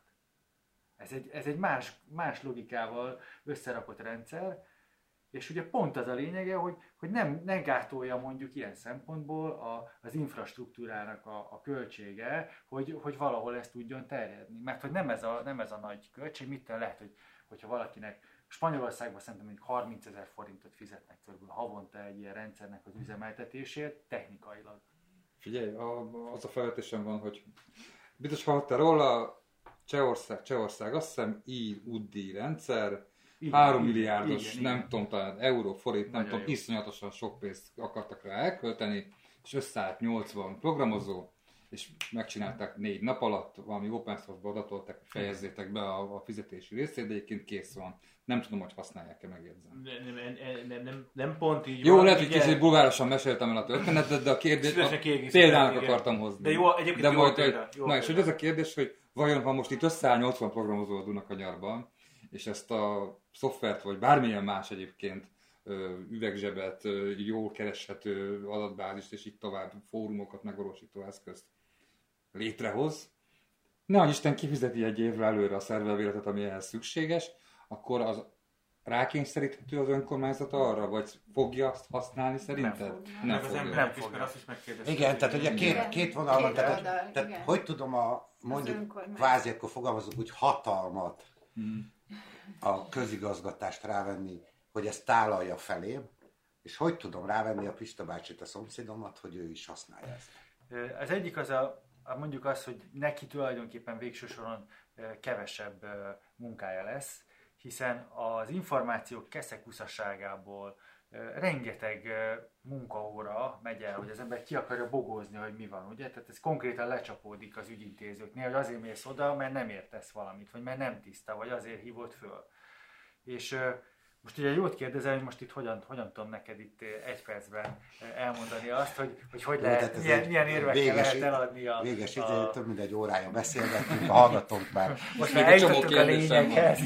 Ez egy, ez egy más, más logikával összerakott rendszer, és ugye pont az a lényege, hogy, hogy nem, ne gátolja mondjuk ilyen szempontból a, az infrastruktúrának a, a költsége, hogy, hogy valahol ezt tudjon terjedni. Mert hogy nem ez a, nem ez a nagy költség, mitől lehet, hogy, hogyha valakinek Spanyolországban szerintem mondjuk harmincezer forintot fizetnek körülbelül havonta egy ilyen rendszernek az üzemeltetésért, technikailag. Figyelj, a, az a felvetésem van, hogy biztos hallottál róla, Csehország, Csehország, azt hiszem i u dé rendszer, három milliárdos, igen, nem igen. tudom, talán euró, forint, nem tudom, jó. Iszonyatosan sok pénzt akartak rá elkölteni, és összeállt nyolcvan programozó, és megcsinálták négy nap alatt, valami open source-ba adatolták, hogy fejezzétek be a, a fizetési részét, de egyébként kész van. Nem tudom, hogy használják-e, megjegyzem. Nem, nem, nem, nem, nem pont így jó, van. lehet, hogy kicsit bulvárosan meséltem el a történetet, de a kérdés, a példának akartam hozni. De jó, egyébként de jó majd, példa. Jó na, és hogy ez a kérdés, hogy vajon, ha most itt összeáll nyolcvan programozó a Dunakanyarban, és ezt a szoftvert, vagy bármilyen más egyébként üvegzsebet, jól kereshető adatbázist, és így tovább fórumokat megvalósító eszközt létrehoz, nehogy Isten kifizeti egy évre előre a szervervéletet, ami ehhez szükséges, akkor az rákényszeríthető az önkormányzat arra, vagy fogja azt használni szerinted? Nem, nem fogja. Nem fogja. Azt is megkérdezni. Igen, tehát ugye két, két vonal van, tehát, tehát hogy tudom a mondjuk kvázi, akkor fogalmazunk úgy, hatalmat mm. a közigazgatást rávenni, hogy ezt tálalja felém, és hogy tudom rávenni a Pista bácsit, a szomszédomat, hogy ő is használja ezt. Az egyik az a, mondjuk az, hogy neki tulajdonképpen végső soron kevesebb munkája lesz, hiszen az információk keszekuszaságából rengeteg munkaóra megy el, hogy az ember ki akarja bogózni, hogy mi van, ugye? Tehát ez konkrétan lecsapódik az ügyintézőknél, hogy azért mész oda, mert nem értesz valamit, vagy mert nem tiszta, vagy azért hívott föl. És most ugye jót kérdezel, hogy most itt hogyan, hogyan tudom neked itt egy percben elmondani azt, hogy hogy, hogy lehet, milyen, milyen érvekkel lehet eladni a... Véges idő, a... több mint egy órája beszélgetünk, a hallgatónk már. Most már eljutottuk a lényeghez,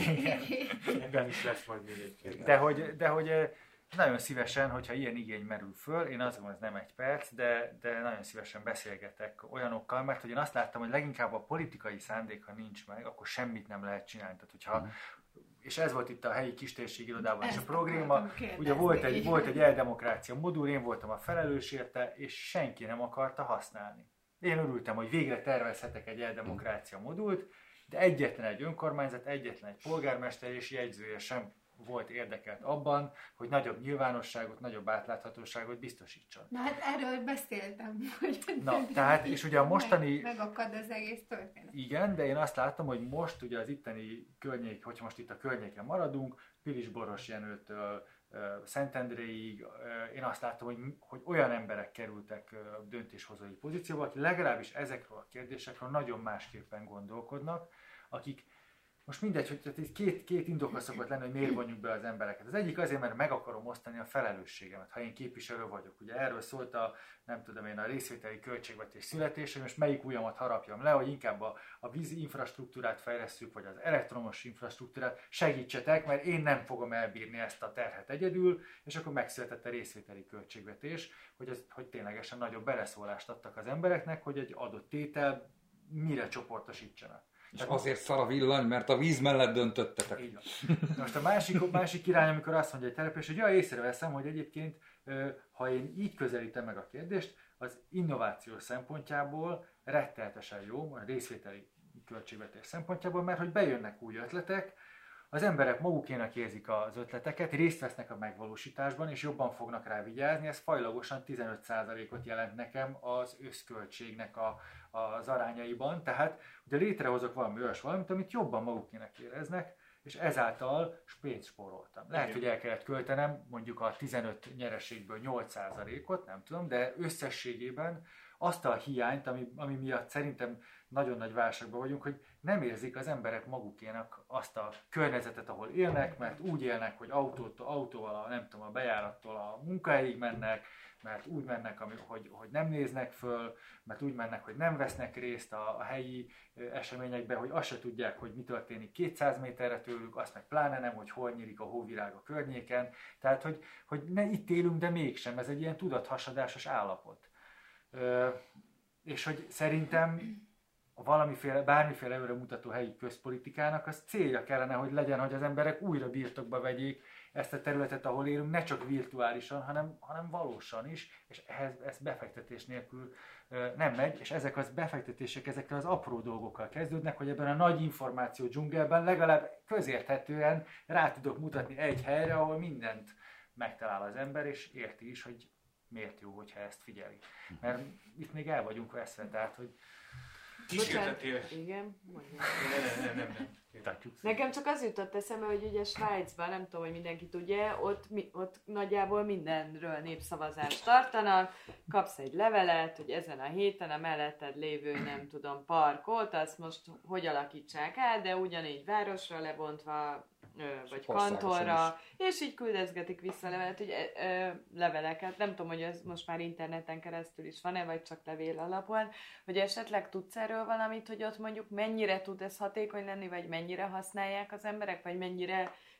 ebben is lesz majd még. De hogy, de hogy nagyon szívesen, hogyha ilyen igény merül föl, én azt mondom, ez nem egy perc, de, de nagyon szívesen beszélgetek olyanokkal, mert hogy én azt láttam, hogy leginkább a politikai szándék, ha nincs meg, akkor semmit nem lehet csinálni. Tehát, hogyha, mm. és ez volt itt a helyi kistérségi irodában is a probléma, ugye volt egy, volt egy eldemokrácia modul, én voltam a felelős érte, és senki nem akarta használni. Én örültem, hogy végre tervezhetek egy eldemokrácia modult, de egyetlen egy önkormányzat, egyetlen egy polgármester és jegyzője sem volt érdekelt abban, hogy nagyobb nyilvánosságot, nagyobb átláthatóságot biztosítson. Na hát erről beszéltem. Hogy Na, tehát, és ugye a mostani... Meg, megakad az egész történet. Igen, de én azt látom, hogy most ugye az itteni környék, hogyha most itt a környéken maradunk, Pilisboros Jenőtől Szentendréig, én azt látom, hogy, hogy olyan emberek kerültek döntéshozói pozícióba, akik legalábbis ezekről a kérdésekről nagyon másképpen gondolkodnak, akik most mindegy, hogy két, két indokra szokott lenni, hogy miért vonjuk be az embereket. Az egyik azért, mert meg akarom osztani a felelősségemet, ha én képviselő vagyok. Ugye erről szólt a, nem tudom én, a részvételi költségvetés születése, hogy most melyik ujjamat harapjam le, hogy inkább a, a vízi infrastruktúrát fejlesszük, vagy az elektromos infrastruktúrát, segítsetek, mert én nem fogom elbírni ezt a terhet egyedül, és akkor megszületett a részvételi költségvetés, hogy, ez, hogy ténylegesen nagyobb beleszólást adtak az embereknek, hogy egy adott tétel mire csoportosítsanak. És tehát azért szar a villany, mert a víz mellett döntöttetek. Így van. Most a másik, másik irány, amikor azt mondja egy település, hogy ja, észreveszem, hogy egyébként, ha én így közelítem meg a kérdést, az innováció szempontjából rettenetesen jó, a részvételi költségvetés szempontjából, mert hogy bejönnek új ötletek, az emberek magukénak érzik az ötleteket, részt vesznek a megvalósításban, és jobban fognak rá vigyázni. Ez fajlagosan tizenöt százalékot jelent nekem az összköltségnek a, az arányaiban. Tehát ugye létrehozok valami olyas valamit, amit jobban magukénak éreznek, és ezáltal pénzt spóroltam. Lehet, igen, hogy el kellett költenem mondjuk a tizenöt nyereségből nyolc százalékot, nem tudom, de összességében azt a hiányt, ami, ami miatt szerintem nagyon nagy válságban vagyunk, hogy nem érzik az emberek magukénak azt a környezetet, ahol élnek, mert úgy élnek, hogy autót, autóval, a, nem tudom, a bejárattól a munkahelyig mennek, mert úgy mennek, ami, hogy, hogy nem néznek föl, mert úgy mennek, hogy nem vesznek részt a, a helyi eseményekben, hogy azt se tudják, hogy mi történik kétszáz méterre tőlük, azt meg pláne nem, hogy hol nyílik a hóvirág a környéken. Tehát, hogy, hogy ne itt élünk, de mégsem, ez egy ilyen tudathasadásos állapot. Ö, és hogy szerintem valamiféle, bármiféle előre mutató helyi közpolitikának az célja kellene, hogy legyen, hogy az emberek újra birtokba vegyék ezt a területet, ahol élünk, ne csak virtuálisan, hanem, hanem valósan is, és ehhez ez befektetés nélkül nem megy, és ezek az befektetések ezekkel az apró dolgokkal kezdődnek, hogy ebben a nagy információ dzsungelben legalább közérthetően rá tudok mutatni egy helyre, ahol mindent megtalál az ember, és érti is, hogy miért jó, hogyha ezt figyeli. Mert itt még el vagyunk veszve, tehát, hogy kísértetél. Igen, mondjam. Nem, nem, nem, nem. Nekem csak az jutott eszembe, hogy ugye Svájcban, nem tudom, hogy mindenki tudja, ott, ott nagyjából mindenről népszavazást tartanak, kapsz egy levelet, hogy ezen a héten a melletted lévő, nem tudom, parkot, azt most hogy alakítsák át, de ugyanígy városra lebontva, vagy kantonra, és így küldezgetik vissza levelet, hogy, ö, leveleket, nem tudom, hogy ez most már interneten keresztül is van-e, vagy csak levél alapon, hogy esetleg tudsz erről valamit, hogy ott mondjuk mennyire tud ez hatékony lenni, vagy mennyire használják az emberek, vagy mennyire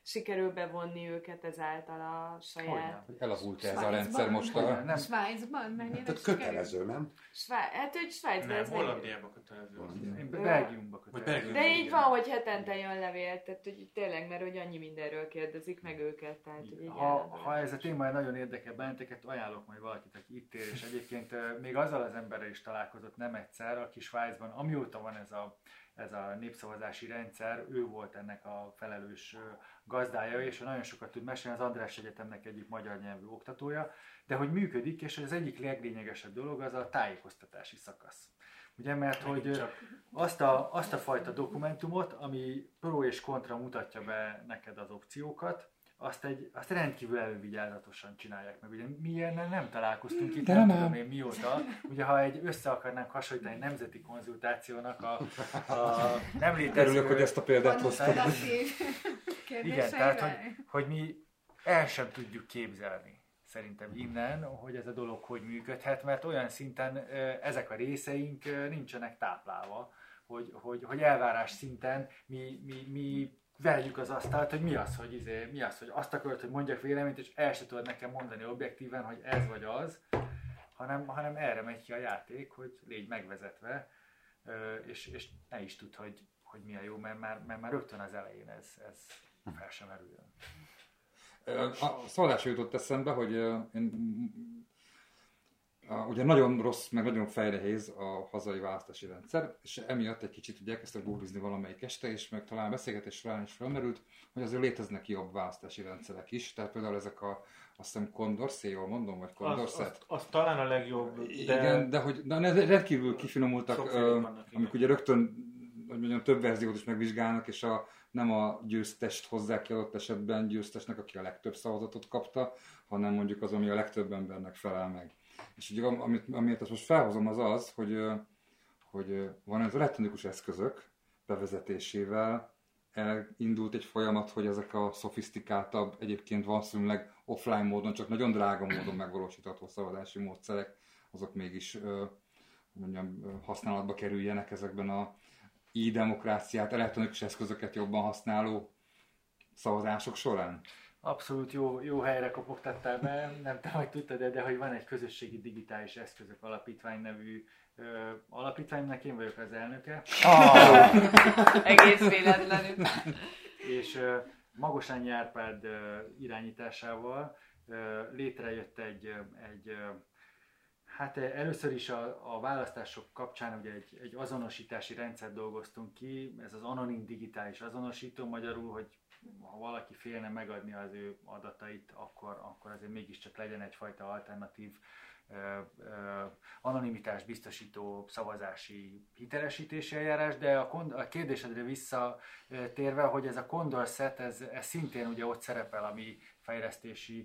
sikerül bevonni őket ezáltal a saját... Hogy elavult ez a rendszer most a... Nem. Svájcban mennyire Tehát kötelező, nem? Svá... Hát, hogy Svájcban Nem, ez Hollandiában kötelező. Én Belgiumban kötelező. De így van, hogy hetente jön levél, tehát hogy tényleg, mert hogy annyi mindenről kérdezik meg őket. Tehát, hogy ha, ha ez a téma nagyon érdekel benneteket, ajánlok majd valakit, aki itt ér, és egyébként még azzal az emberrel is találkozott nem egyszer, aki Svájcban, amióta van ez a, ez a népszavazási rendszer, ő volt ennek a felelős gazdája, és nagyon sokat tud mesélni, az András Egyetemnek egyik magyar nyelvű oktatója, de hogy működik, és az egyik leglényegesebb dolog az a tájékoztatási szakasz. Ugye, mert hogy azt a, azt a fajta dokumentumot, ami pro és kontra mutatja be neked az opciókat, azt, egy, azt rendkívül elővigyázatosan csinálják meg. Ugye mi ilyennel nem találkoztunk itt, nem, nem tudom én mióta. Ugye ha egy össze akarnánk hasonlítani nemzeti konzultációnak a, a nem létező... Örülök, hogy ezt a példát hoztam. Igen, tehát hogy, hogy mi el sem tudjuk képzelni szerintem innen, hogy ez a dolog hogy működhet, mert olyan szinten ezek a részeink nincsenek táplálva, hogy, hogy, hogy elvárás szinten mi, mi, mi verjük az asztalt, hogy mi az, hogy, izé, mi az, hogy azt akarod, hogy mondjak véleményt, és el se tudod nekem mondani objektíven, hogy ez vagy az, hanem, hanem erre megy ki a játék, hogy légy megvezetve, és, és ne is tudd, hogy, hogy mi a jó, mert már, mert már rögtön az elején ez, ez fel sem merüljön. A szólásra jutott eszembe, hogy én, ugye nagyon rossz, meg nagyon fejrehéz a hazai választási rendszer, és emiatt egy kicsit ugye elkezdtek googlizni valamelyik este, és meg talán beszélgetés során is felmerült, hogy azért léteznek jobb választási rendszerek is, tehát például ezek a, azt hiszem Condorcet, jól mondom, vagy Condorcet. Az, az, az talán a legjobb, de... Igen, de hogy de rendkívül kifinomultak, amik ugye rögtön hogy mondjam, több verziót is megvizsgálnak, és a, nem a győztest hozzák ki adott esetben győztesnek, aki a legtöbb szavazatot kapta, hanem mondjuk az, ami a legtöbb embernek felel meg. És ugye amit, amit ezt most felhozom az az, hogy, hogy van ez elektronikus eszközök bevezetésével elindult egy folyamat, hogy ezek a szofisztikáltabb, egyébként valószínűleg offline módon, csak nagyon drága módon megvalósítható szavazási módszerek, azok mégis mondjam, használatba kerüljenek ezekben a i-demokráciát, elektronikus eszközöket jobban használó szavazások során? Abszolút jó, jó helyre kopogtattál be, nem tudom, hogy tudtad, de, de hogy van egy közösségi digitális eszközök alapítvány nevű ö, alapítványnak, én vagyok az elnöke. Oh. Egész véletlenül. És ö, Magosányi Árpád ö, irányításával ö, létrejött egy, egy ö, hát először is a, a választások kapcsán ugye egy, egy azonosítási rendszert dolgoztunk ki, ez az anonim digitális azonosító, magyarul, hogy ha valaki félne megadni az ő adatait, akkor, akkor azért mégiscsak legyen egyfajta alternatív ö, ö, anonimitást biztosító szavazási hitelesítési eljárás, de a, kond- a kérdésedre visszatérve, hogy ez a Condorcet, ez, ez szintén ugye ott szerepel a mi fejlesztési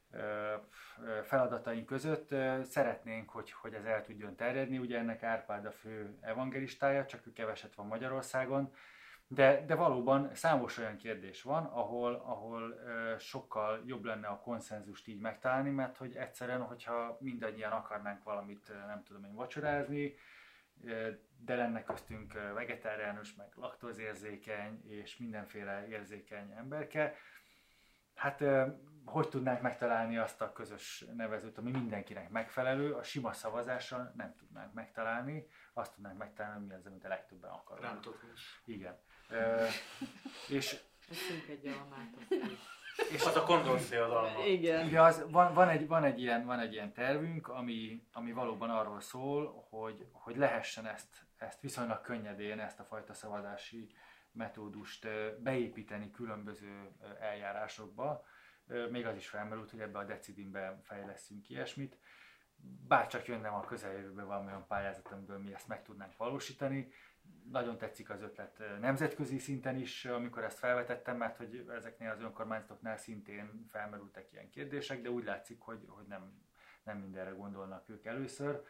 feladataink között. Szeretnénk, hogy, hogy ez el tudjon terjedni, ugye ennek Árpád a fő evangelistája, csak ő keveset van Magyarországon, de, de valóban számos olyan kérdés van, ahol, ahol sokkal jobb lenne a konszenzust így megtalálni, mert hogy egyszerűen, hogyha mindannyian akarnánk valamit, nem tudom én, vacsorázni, de lenne köztünk vegetáriánus, meg laktózérzékeny és mindenféle érzékeny emberke, hát hogy tudnánk megtalálni azt a közös nevezőt, ami mindenkinek megfelelő, a sima szavazással nem tudnánk megtalálni, azt tudnánk megtalálni, mi az, amit a legtöbben akarnak. Nem tudunk. Igen. E, és... Veszünk egy almát. És az a Condorcet az alma. Igen. Ugye az, van, van, egy, van, egy ilyen, van egy ilyen tervünk, ami, ami valóban arról szól, hogy, hogy lehessen ezt, ezt viszonylag könnyedén, ezt a fajta szavazási metódust beépíteni különböző eljárásokba. Még az is felmerült, hogy ebbe a Decidinbe fejleszünk ilyesmit. Bárcsak jönne a közeljövőben valamilyen pályázat, amiből mi ezt meg tudnánk valósítani. Nagyon tetszik az ötlet nemzetközi szinten is, amikor ezt felvetettem, mert hogy ezeknél az önkormányzatoknál szintén felmerültek ilyen kérdések, de úgy látszik, hogy, hogy nem, nem mindenre gondolnak ők először.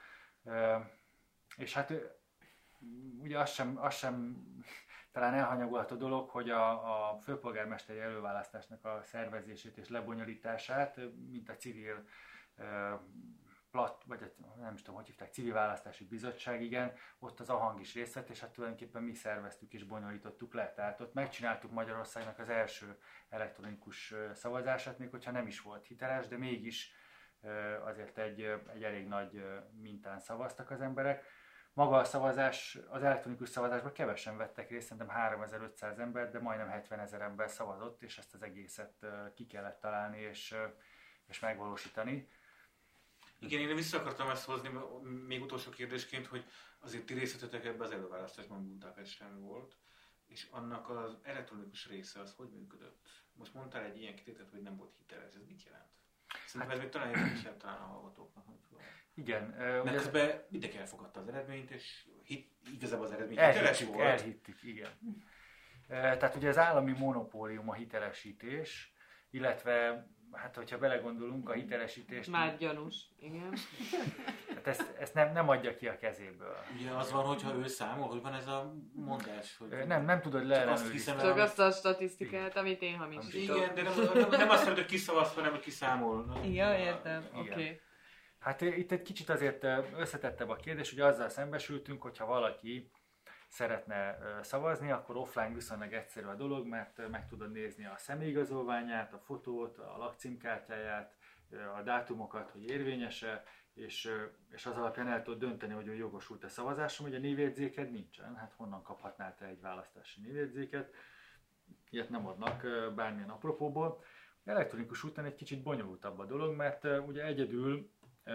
És hát ugye az sem, az sem talán elhanyagolható dolog, hogy a, a főpolgármesteri előválasztásnak a szervezését és lebonyolítását, mint a civil plat, vagy nem is tudom, hogy hívták, civil választási bizottság, igen, ott az AHANG is részt vett, és hát tulajdonképpen mi szerveztük és bonyolítottuk le. Tehát ott megcsináltuk Magyarországnak az első elektronikus szavazását, még hogyha nem is volt hiteles, de mégis azért egy, egy elég nagy mintán szavaztak az emberek. Maga a szavazás, az elektronikus szavazásban kevesen vettek részt, szerintem háromezer-ötszáz ember, de majdnem hetvenezer ember szavazott, és ezt az egészet ki kellett találni és, és megvalósítani. Igen, én vissza akartam ezt hozni, még utolsó kérdésként, hogy azért ti részletetek ebbe az előválasztásban Budapesten volt, és annak az elektronikus része az hogy működött? Most mondtál egy ilyen kitételt, hogy nem volt hiteles, ez mit jelent? Szerintem hát, ez még talán érdekesebb talán a hallgatóknak. Igen. Mert uh, közben ez... mindenki elfogadta az eredményt, és hit, igazából az eredmény hiteles volt. Elhittük, igen. Uh, tehát ugye az állami monopólium a hitelesítés, illetve hát, hogyha belegondolunk, a hitelesítést... Már gyanús, igen. Hát ezt, ezt nem, nem adja ki a kezéből. Ugye az van, hogyha ő számol, hogy van ez a mondás? Hogy nem, nem tudod leellenőrizni. Csak azt a statisztikát, amit én hamisítok. Igen, de nem, nem, nem azt mondod, hogy kiszavaz, hanem hogy kiszámol. Igen, értem, oké. Okay. Hát itt egy kicsit azért összetettebb a kérdés, hogy azzal szembesültünk, hogyha valaki szeretne szavazni, akkor offline viszonylag egyszerű a dolog, mert meg tudod nézni a személyigazolványát, a fotót, a lakcímkártyáját, a dátumokat, hogy érvényes-e, és, és az alapján el tudod dönteni, hogy jogosult a szavazásom, hogy a névjegyzéked nincsen. Hát honnan kaphatnál te egy választási névjegyzéket? Ilyet nem adnak bármilyen apropóból. Elektronikus úton egy kicsit bonyolultabb a dolog, mert ugye egyedül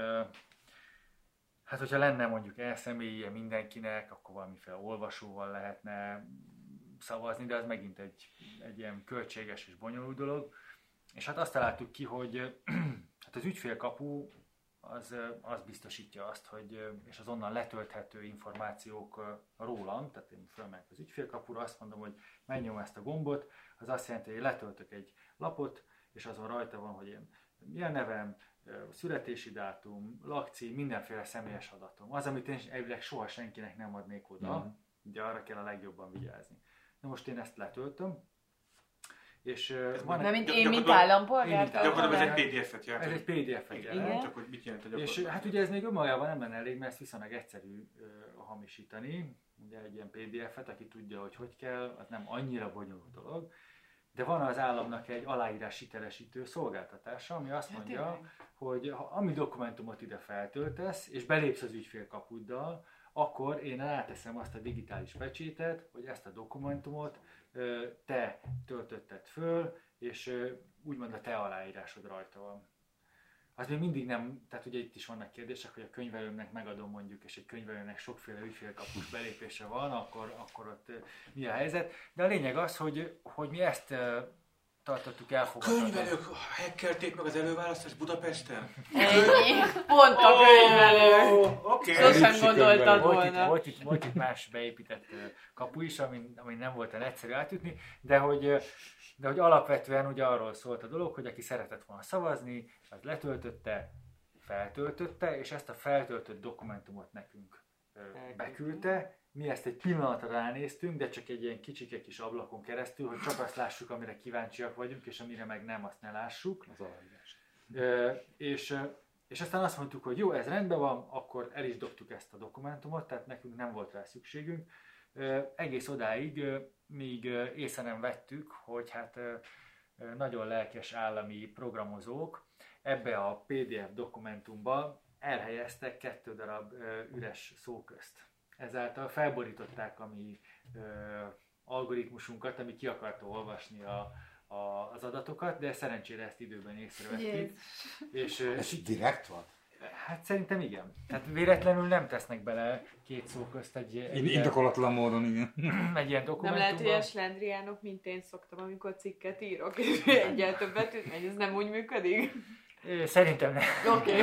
hát, hogyha lenne mondjuk elszemélye mindenkinek, akkor valamiféle olvasóval lehetne szavazni, de az megint egy, egy ilyen költséges és bonyolult dolog. És hát azt találtuk ki, hogy hát az ügyfélkapu az, az biztosítja azt, hogy, és az onnan letölthető információk rólam, tehát én felmegyek az ügyfélkapura, azt mondom, hogy megnyom ezt a gombot, az azt jelenti, hogy letöltök egy lapot, és azon rajta van, hogy én milyen nevem, születési dátum, lakcím, mindenféle személyes adatom. Az, amit én elvileg soha senkinek nem adnék oda, mm. de arra kell a legjobban vigyázni. Na most én ezt letöltöm, és van nem, mint én, mint állampolgár? Gyakorlatilag ez egy pé dé ef-et jelent. Ez egy pé dé ef-et jelent. Csak hogy mit jelent a gyakorlatilag. És hát ugye ez még önmagában nem lenne elég, mert ezt viszonylag egyszerű uh, hamisítani. Ugye egy ilyen pé dé ef-et, aki tudja, hogy hogy kell, az nem annyira bonyolult dolog. De van az államnak egy aláírás hitelesítő szolgáltatása, ami azt mondja, hát hogy ha ami dokumentumot ide feltöltesz, és belépsz az ügyfélkapuddal, akkor én ráteszem azt a digitális pecsétet, hogy ezt a dokumentumot te töltötted föl, és úgymond a te aláírásod rajta van. Az még mindig nem, tehát ugye itt is vannak kérdések, hogy a könyvelőmnek megadom mondjuk, és egy könyvelőnek sokféle ügyfélkapus belépése van, akkor, akkor ott mi a helyzet. De a lényeg az, hogy, hogy mi ezt tartottuk elfogadható. Könyvelők hackelték meg az előválasztást Budapesten? Ennyi, pont a könyvelő. Oh, okay. Sosem gondoltad volt volna. Itt, volt, itt, volt itt más beépített kapu is, amin, amin nem volt olyan egyszerű átjutni, de hogy, de hogy alapvetően ugye arról szólt a dolog, hogy aki szeretett volna szavazni, az letöltötte, feltöltötte, és ezt a feltöltött dokumentumot nekünk beküldte. Mi ezt egy pillanatra ránéztünk, de csak egy ilyen kicsike kis ablakon keresztül, hogy csak azt lássuk, amire kíváncsiak vagyunk, és amire meg nem, azt ne lássuk. Az aláírás. E, és, és aztán azt mondtuk, hogy jó, ez rendben van, akkor el is dobtuk ezt a dokumentumot, tehát nekünk nem volt rá szükségünk. E, egész odáig, míg észre nem vettük, hogy hát nagyon lelkes állami programozók ebbe a pé dé ef dokumentumba elhelyeztek kettő darab üres szóközt. Ezáltal felborították a mi ö, algoritmusunkat, ami ki akarta olvasni a, a, az adatokat, de szerencsére ezt időben észrevettük. És, Ez direkt van? Hát szerintem igen. Tehát véletlenül nem tesznek bele két szó közt egy, egy indokolatlan módon, igen. Egy ilyen dokumentumban. Nem lehet, hogy a slendriánok, mint én szoktam, amikor cikket írok, és egyel többet, hogy ez nem úgy működik? Szerintem nem. Oké.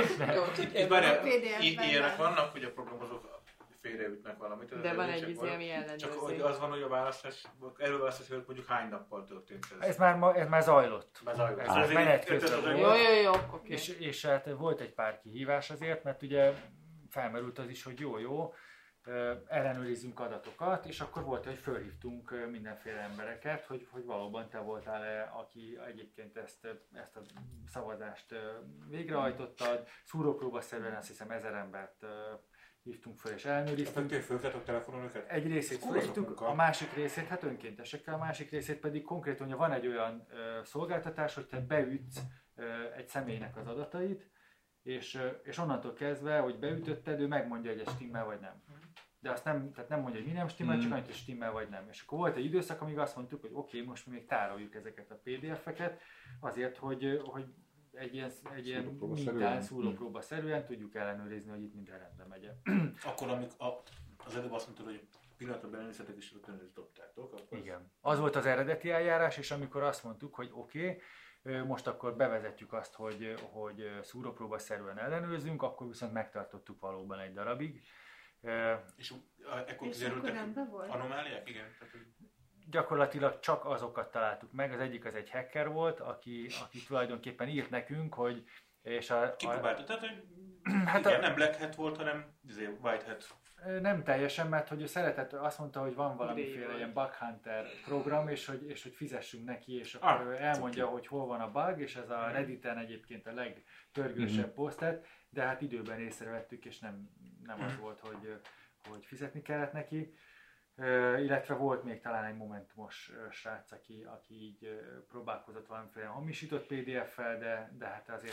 Ilyenek vannak, hogy a programozók félreütnek valamit. De van egy izé, ami ellenőrzi. Csak hogy az van, hogy a választás, előválasztás előtt mondjuk hány nappal történt ez? Ez már, ma, ez már zajlott. Már zajlott. Ez, ez menet közben volt. Jó, jó, jó. Okay. És, és hát volt egy pár kihívás azért, mert ugye felmerült az is, hogy jó, jó, ellenőrizzünk adatokat, és akkor volt, hogy fölhívtunk mindenféle embereket, hogy, hogy valóban te voltál-e, aki egyébként ezt, ezt a szavazást végrehajtottad. Szúrópróbaszerűen azt hiszem ezer embert hívtunk föl és ellenőriztünk. Te föltettek telefonon őket? Egy részét fölhívtuk, a másik részét, hát önkéntesekkel, a másik részét pedig konkrétan, hogy van egy olyan ö, szolgáltatás, hogy te beütsz ö, egy személynek az adatait, és, és onnantól kezdve, hogy beütötted, ő megmondja, hogy ez stimmel vagy nem. De azt nem, tehát nem mondja, hogy mi nem stimmel, mm. csak annyit, hogy stimmel vagy nem. És akkor volt egy időszak, amíg azt mondtuk, hogy oké, okay, most mi még tároljuk ezeket a pé dé ef-eket, azért, hogy, hogy egy ilyen, egy ilyen mintán, szúrópróba-szerűen tudjuk ellenőrizni, hogy itt minden rendben megy. Akkor, amikor az előbb azt mondtad, hogy pillanatra belenőriztetek és rögtön is dobtátok. Akkor... Igen. Az volt az eredeti eljárás, és amikor azt mondtuk, hogy oké, okay, most akkor bevezetjük azt, hogy, hogy szúrópróba-szerűen ellenőrzünk, akkor viszont megtartottuk valóban egy darabig. És ekkor kiderültek anomáliák? Igen. Gyakorlatilag csak azokat találtuk meg. Az egyik az egy hacker volt, aki, aki tulajdonképpen írt nekünk, hogy... És a, Kipróbálta? Tehát, hogy hát igen, a, nem Black Hat volt, hanem White Hat. Nem teljesen, mert hogy ő szeretett, azt mondta, hogy van valamiféle ilyen bug hunter program, és hogy, és hogy fizessünk neki, és akkor ah, elmondja, okay. hogy hol van a bug, és ez a Redditen egyébként a legtörgősebb mm-hmm. posztet, de hát időben észrevettük, és nem, nem az volt, hogy, hogy fizetni kellett neki. Uh, illetve volt még talán egy momentumos uh, srác, aki, aki így uh, próbálkozott valamiféle hamisított pé dé ef-fel, de, de hát azért...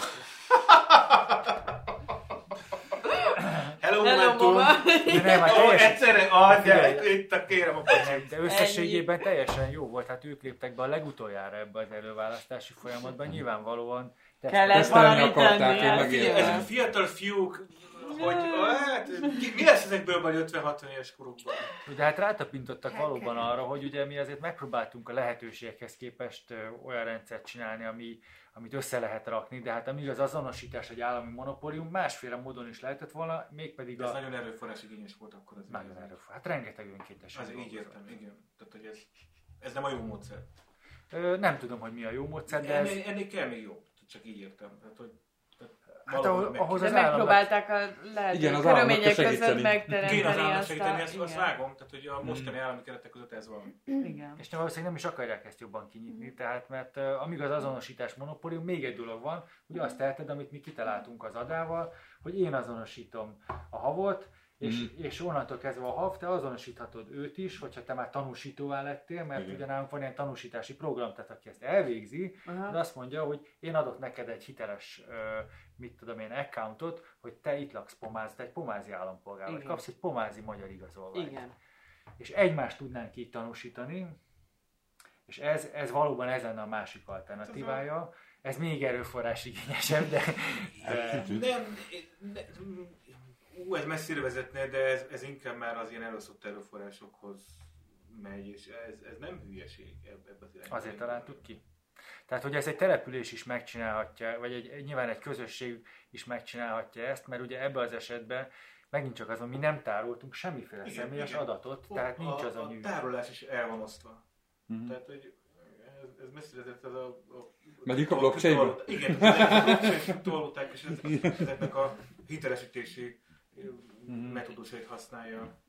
Hello, Momentum! De nem, hát oh, egyszerre adja, itt a kérem a pacsit. De összességében teljesen jó volt, hát ők léptek be a legutoljára ebbe az előválasztási folyamatban, nyilvánvalóan... Kellett valamit tenni. Ezek fiatal fiúk, hogy hát, mi lesz ezekből majd ötven-hatvan éves korukban? De hát rátapintottak valóban arra, hogy ugye mi azért megpróbáltunk a lehetőségekhez képest olyan rendszert csinálni, ami, amit össze lehet rakni, de hát amíg az azonosítás egy állami monopólium, másféle módon is lehetett volna, mégpedig de ez a... nagyon erőforrás igényes volt akkor. Az nagyon erőforrás. Hát rengeteg önkéntes. Az így értem, igen. Tehát, hogy ez, ez nem a jó módszer. Ö, nem tudom, hogy mi a jó módszer, de ennél, ez... ennél kell még jó. Csak így értem. Tehát, hogy hát ahhoz de megpróbálták a lehető körülmények között megteremteni azt a... segíteni, azt, azt vágom, tehát hogy a mostani állami keretek között ez van. Igen. És valószínűleg nem is akarják ezt jobban kinyitni, tehát mert uh, amíg az azonosítás monopólium, még egy dolog van, hogy azt teheted, amit mi kitaláltunk az adával, hogy én azonosítom a havot, és, mm. és onnantól kezdve a hav, te azonosíthatod őt is, hogyha te már tanúsítóvá lettél, mert igen. ugye nálunk van ilyen tanúsítási program, tehát aki ezt elvégzi, uh-huh. de azt mondja, hogy én adok neked egy hiteles, uh, mit tudom én, accountot, hogy te itt laksz Pomáz, te egy pomázi állampolgár vagy, kapsz egy pomázi magyar igazolványt. Igen. És egymást tudnánk így tanúsítani, és ez, ez valóban ez lenne a másik alternatívája. Ez még erőforrás igényesebb, de... Nem, Ú, ez messzire vezetne, de ez, ez inkább már az ilyen elosztott erőforrásokhoz megy, és ez, ez nem hülyeség ebbe az irányba. Azért találtuk ki. Tehát, hogy ez egy település is megcsinálhatja, vagy egy, egy, nyilván egy közösség is megcsinálhatja ezt, mert ugye ebben az esetben megint csak az, mi nem tároltunk semmiféle igen, személyes igen. adatot, o, tehát nincs a, az a, a nyűg. A tárolás is el van osztva. Mm-hmm. Tehát, hogy ez, ez messzire vezet ez a... a megyünk a blockchainba? Igen, a blockchain tolóták, és ezeknek a hitelesítési mm-hmm. metódusait használja.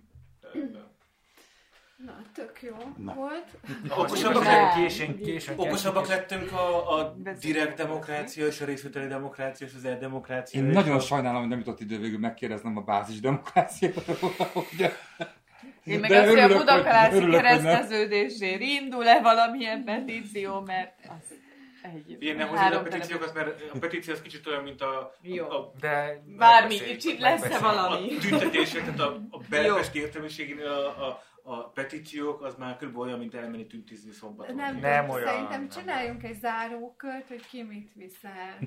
Na, tök jó Na. volt. Okosabbak, le- késén, késén, okosabbak lettünk a, a direkt demokrácia és a részvételi demokrácia és az eldemokrácia. Én nagyon a... sajnálom, hogy nem jutott idő végül megkérdeznem a bázis demokráciáról. Én meg azt, hogy a Budakalászi kereszteződésért indul-e valamilyen petíció, mert az egy ilyen nem hozzá a petíciókat, mert a petíció az kicsit olyan, mint a... Jó. a, de bármi, kicsit lesz-e valami. A tüntetések, tehát a, a belpesti értelmiségénél a, a, a petíciók, az már kb. Olyan, mint elmenni tüntizni szombaton. Nem, nem olyan. Szerintem nem csináljunk egy zárókört, hogy ki mit viszel.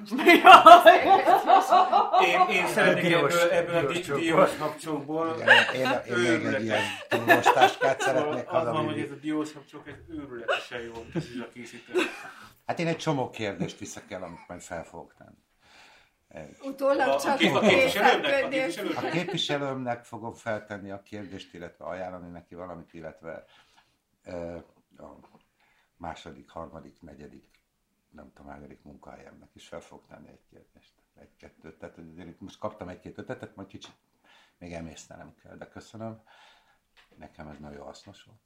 Én, én szeretnék ebből, ebből a diós habcsókból őrületes. Túlmostáskát szeretnék haza. Az van, hogy ez a diós habcsók, ez őrületesen jó, ez is a készítő. Hát én egy csomó kérdést vissza kell, amit majd fel fogok tenni. Utólag csak a, a, képviselőmnek, a, képviselőmnek. a képviselőmnek fogom feltenni a kérdést, illetve ajánlani neki valamit, illetve uh, a második, harmadik, negyedik, nem tudom, hányadik munkahelyemnek is fel fogok tenni egy kérdést. Egy-kettőt. Tehát én most kaptam egy-két ötletet, majd kicsit még emésztenem kell, de köszönöm. Nekem ez nagyon hasznos volt.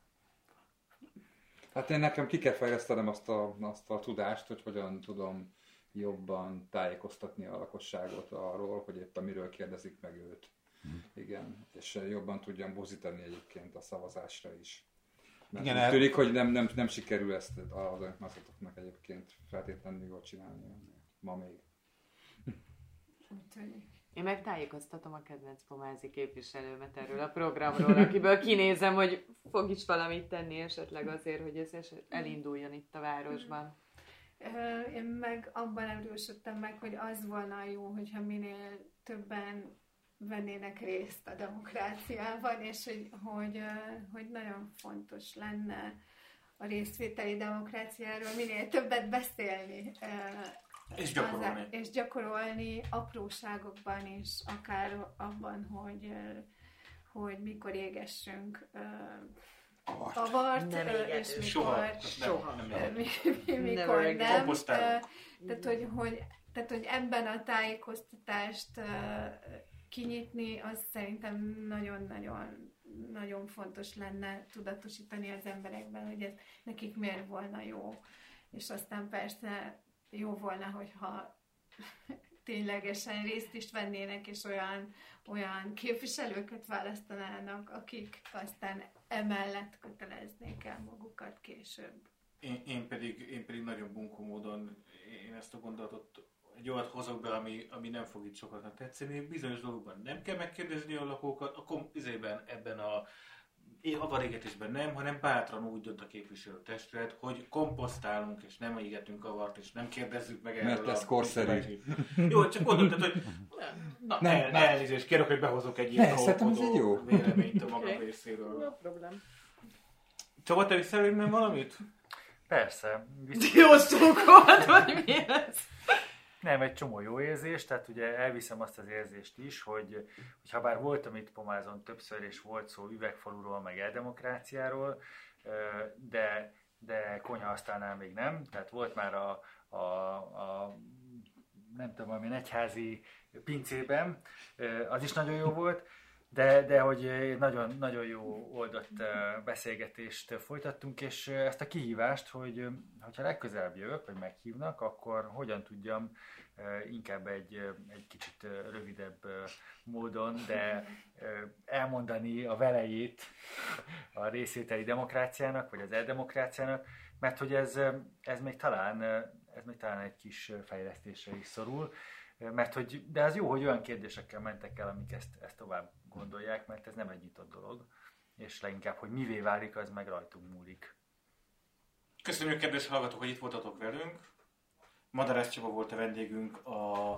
Hát én nekem ki kell fejlesztenem azt a, azt a tudást, hogy hogyan tudom jobban tájékoztatni a lakosságot arról, hogy éppen miről kérdezik meg őt. Hmm. Igen, és jobban tudjam buzítani egyébként a szavazásra is. Mert igen, el... tűnik, hogy nem, nem, nem sikerül ezt az önkormányzatoknak egyébként feltétlenül jól csinálni ma még. Én meg tájékoztatom a kedvenc pomázi képviselőmet erről a programról, akiből kinézem, hogy fog is valamit tenni esetleg azért, hogy ez elinduljon itt a városban. Én meg abban erősödtem meg, hogy az volna jó, hogyha minél többen vennének részt a demokráciában, és hogy, hogy, hogy nagyon fontos lenne a részvételi demokráciáról minél többet beszélni. És gyakorolni. Az, és gyakorolni apróságokban is, akár abban, hogy, hogy mikor égessünk avart, avart és mikor, soha, soha. Nem, nem, mi, mi, mikor nem. nem. Tehát, hogy, hogy, tehát, hogy ebben a tájékoztatást kinyitni, az szerintem nagyon-nagyon nagyon fontos lenne tudatosítani az emberekben, hogy ez nekik miért volna jó. És aztán persze jó volna, hogyha ténylegesen részt is vennének, és olyan, olyan képviselőket választanának, akik aztán emellett köteleznék el magukat később. Én, én, pedig, én pedig nagyon bunkó módon én ezt a gondolatot egy olyat hozok be, ami, ami nem fog itt sokatnak tetszeni. Bizonyos dolgokban nem kell megkérdezni a lakókat, a kompizében ebben a avarégetésben nem, hanem bátran úgy dönt a képviselőtestület, hogy komposztálunk, és nem égetünk avart, és nem kérdezzük meg erről. Mert ez korszerű. Jó, csak gondoltad, hogy na, nem, el, nem. elnézést kérek, hogy behozok egy ilyen jó véleményt a magam okay. részéről. No problem. Csaba, te visszavédnél valamit? Persze. Jó szókolt, vagy mi ez? Nem, egy csomó jó érzés, tehát ugye elviszem azt az érzést is, hogy, hogy ha bár voltam itt Pomázon többször, és volt szó üvegfaluról, meg eldemokráciáról, de, de konyhaasztalnál még nem, tehát volt már a, a, a nem tudom, valamilyen egyházi pincében, az is nagyon jó volt, de, de hogy nagyon, nagyon jó oldott beszélgetést folytattunk, és ezt a kihívást, hogy ha legközelebb jövök, vagy meghívnak, akkor hogyan tudjam inkább egy, egy kicsit rövidebb módon, de elmondani a velejét a részvételi demokráciának, vagy az eldemokráciának, mert hogy ez, ez, még talán, ez még talán egy kis fejlesztésre is szorul, mert hogy, de az jó, hogy olyan kérdésekkel mentek el, amik ezt, ezt tovább gondolják, mert ez nem egy nyitott dolog, és leginkább, hogy mivé válik, az meg rajtunk múlik. Köszönjük, kedves hallgatók, hogy itt voltatok velünk. Madarász Csaba volt a vendégünk a...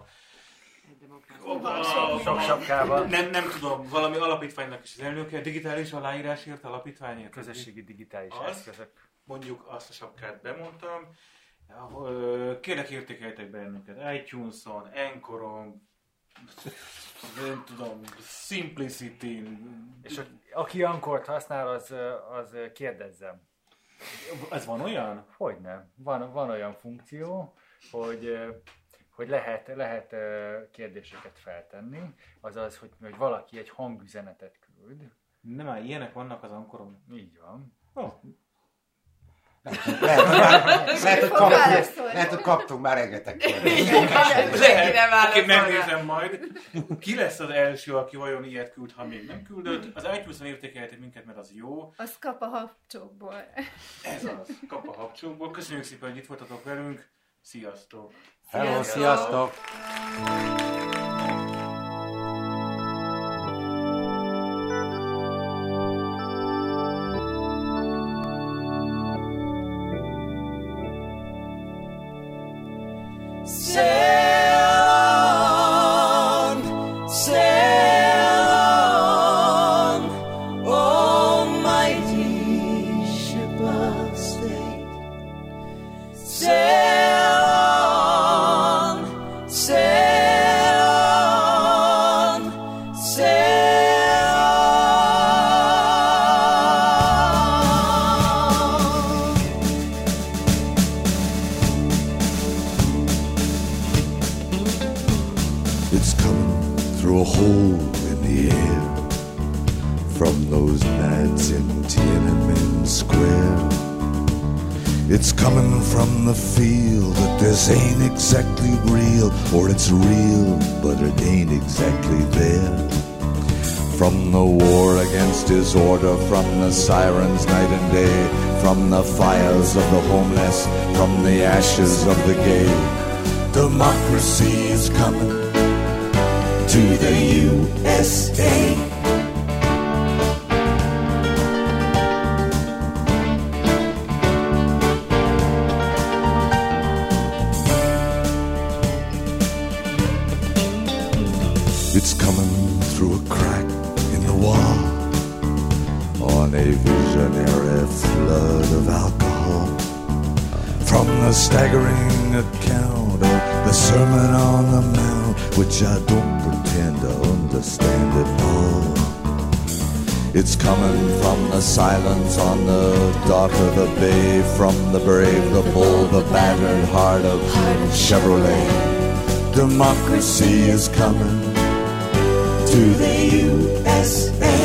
Sok sapkában. Nem, nem tudom, valami alapítványnak is az elnöke, digitális aláírásért alapítványért. Közösségi digitális az, eszközök. Mondjuk azt a sapkát bemondtam. Kérlek, értékeljetek bennünket iTunes-on, Anchoron, nem tudom, Simplicity-n. És a, aki Anchort használ, az, az kérdezzem. Ez van olyan? Hogyne. Van, van olyan funkció, hogy, hogy lehet, lehet kérdéseket feltenni, azaz, hogy, hogy valaki egy hangüzenetet küld. Nem már ilyenek vannak az Anchoron? Így van. Oh. Lehet, hogy kaptunk már rengeteg kérdést. Lehet, megnézem majd. Ki lesz az első, aki vajon ilyet küld, ha még nem küldött? Az iTunes-on értékelhetik minket, mert az jó. Az kap a habcsókból. Ez az, kap a habcsókból. Köszönjük szépen, hogy itt voltatok velünk. Sziasztok! Hello, sziasztok! Sail It's coming from the feel that this ain't exactly real, or it's real, but it ain't exactly there. From the war against disorder, from the sirens night and day, from the fires of the homeless, from the ashes of the gay. Democracy is coming to the U S A. It's coming through a crack in the wall on a visionary flood of alcohol. From the staggering account of the Sermon on the Mount, which I don't pretend to understand at all. It's coming from the silence on the dock of the bay, from the brave, the bold, the battered heart of Chevrolet. Democracy is coming to the U S A.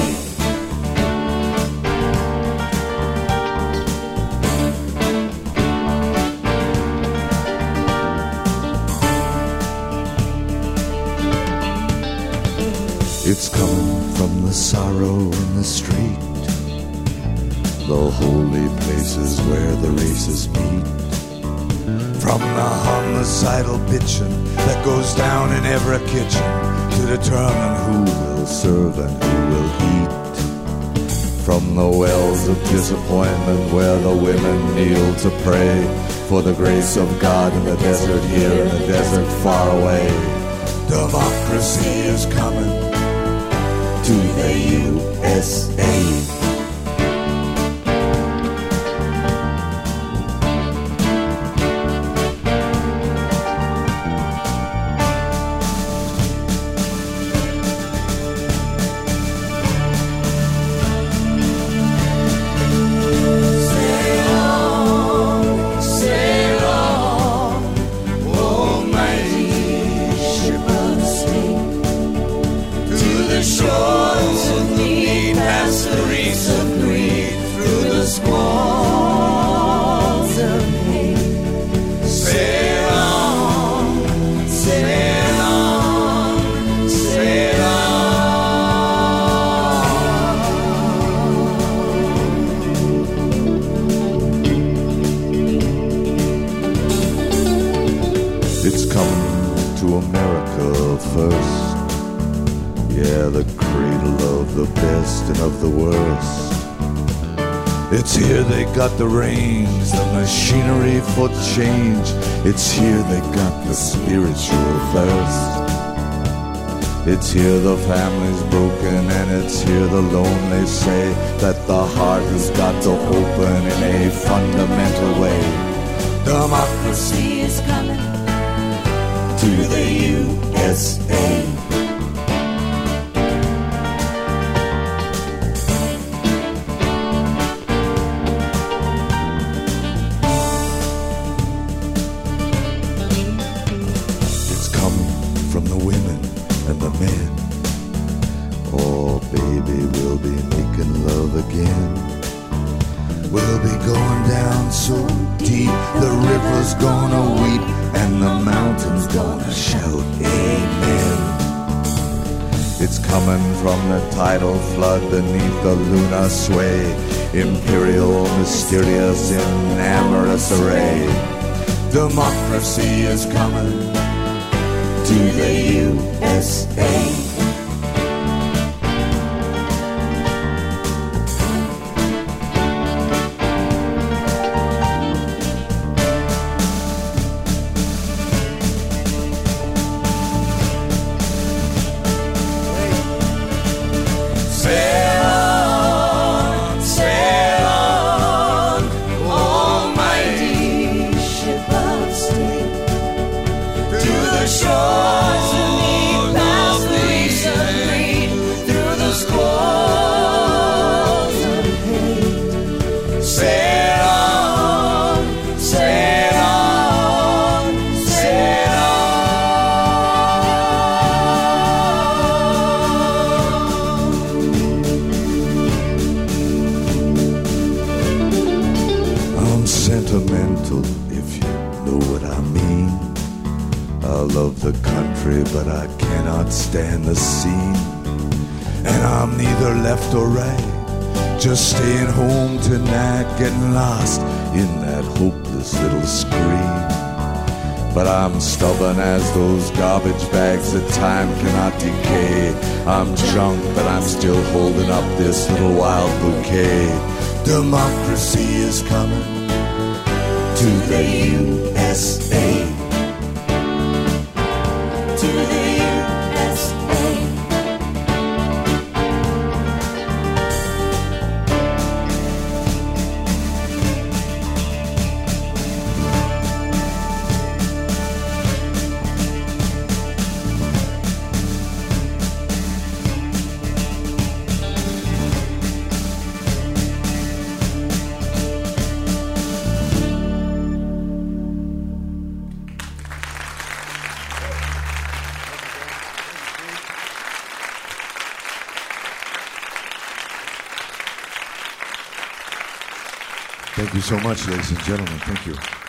It's coming from the sorrow in the street, the holy places where the races meet. From the homicidal bitching that goes down in every kitchen to determine who will serve and who will eat. From the wells of disappointment where the women kneel to pray for the grace of God in the desert here and the desert far away. Democracy is coming to the U S A. It's here they got the reins, the machinery for change. It's here they got the spiritual thirst. It's here the family's broken, and it's here the lonely say that the heart has got to open in a fundamental way. Democracy is coming to the U S A. From the tidal flood beneath the lunar sway, imperial, mysterious, in amorous array. Democracy is coming to the U S A. Shores beneath past the gentle, if you know what I mean. I love the country, but I cannot stand the scene. And I'm neither left or right, just staying home tonight, getting lost in that hopeless little screen. But I'm stubborn as those garbage bags that time cannot decay. I'm junk, but I'm still holding up this little wild bouquet. Democracy is coming to the U S A. To the U S A. Thank you so much, ladies and gentlemen. Thank you.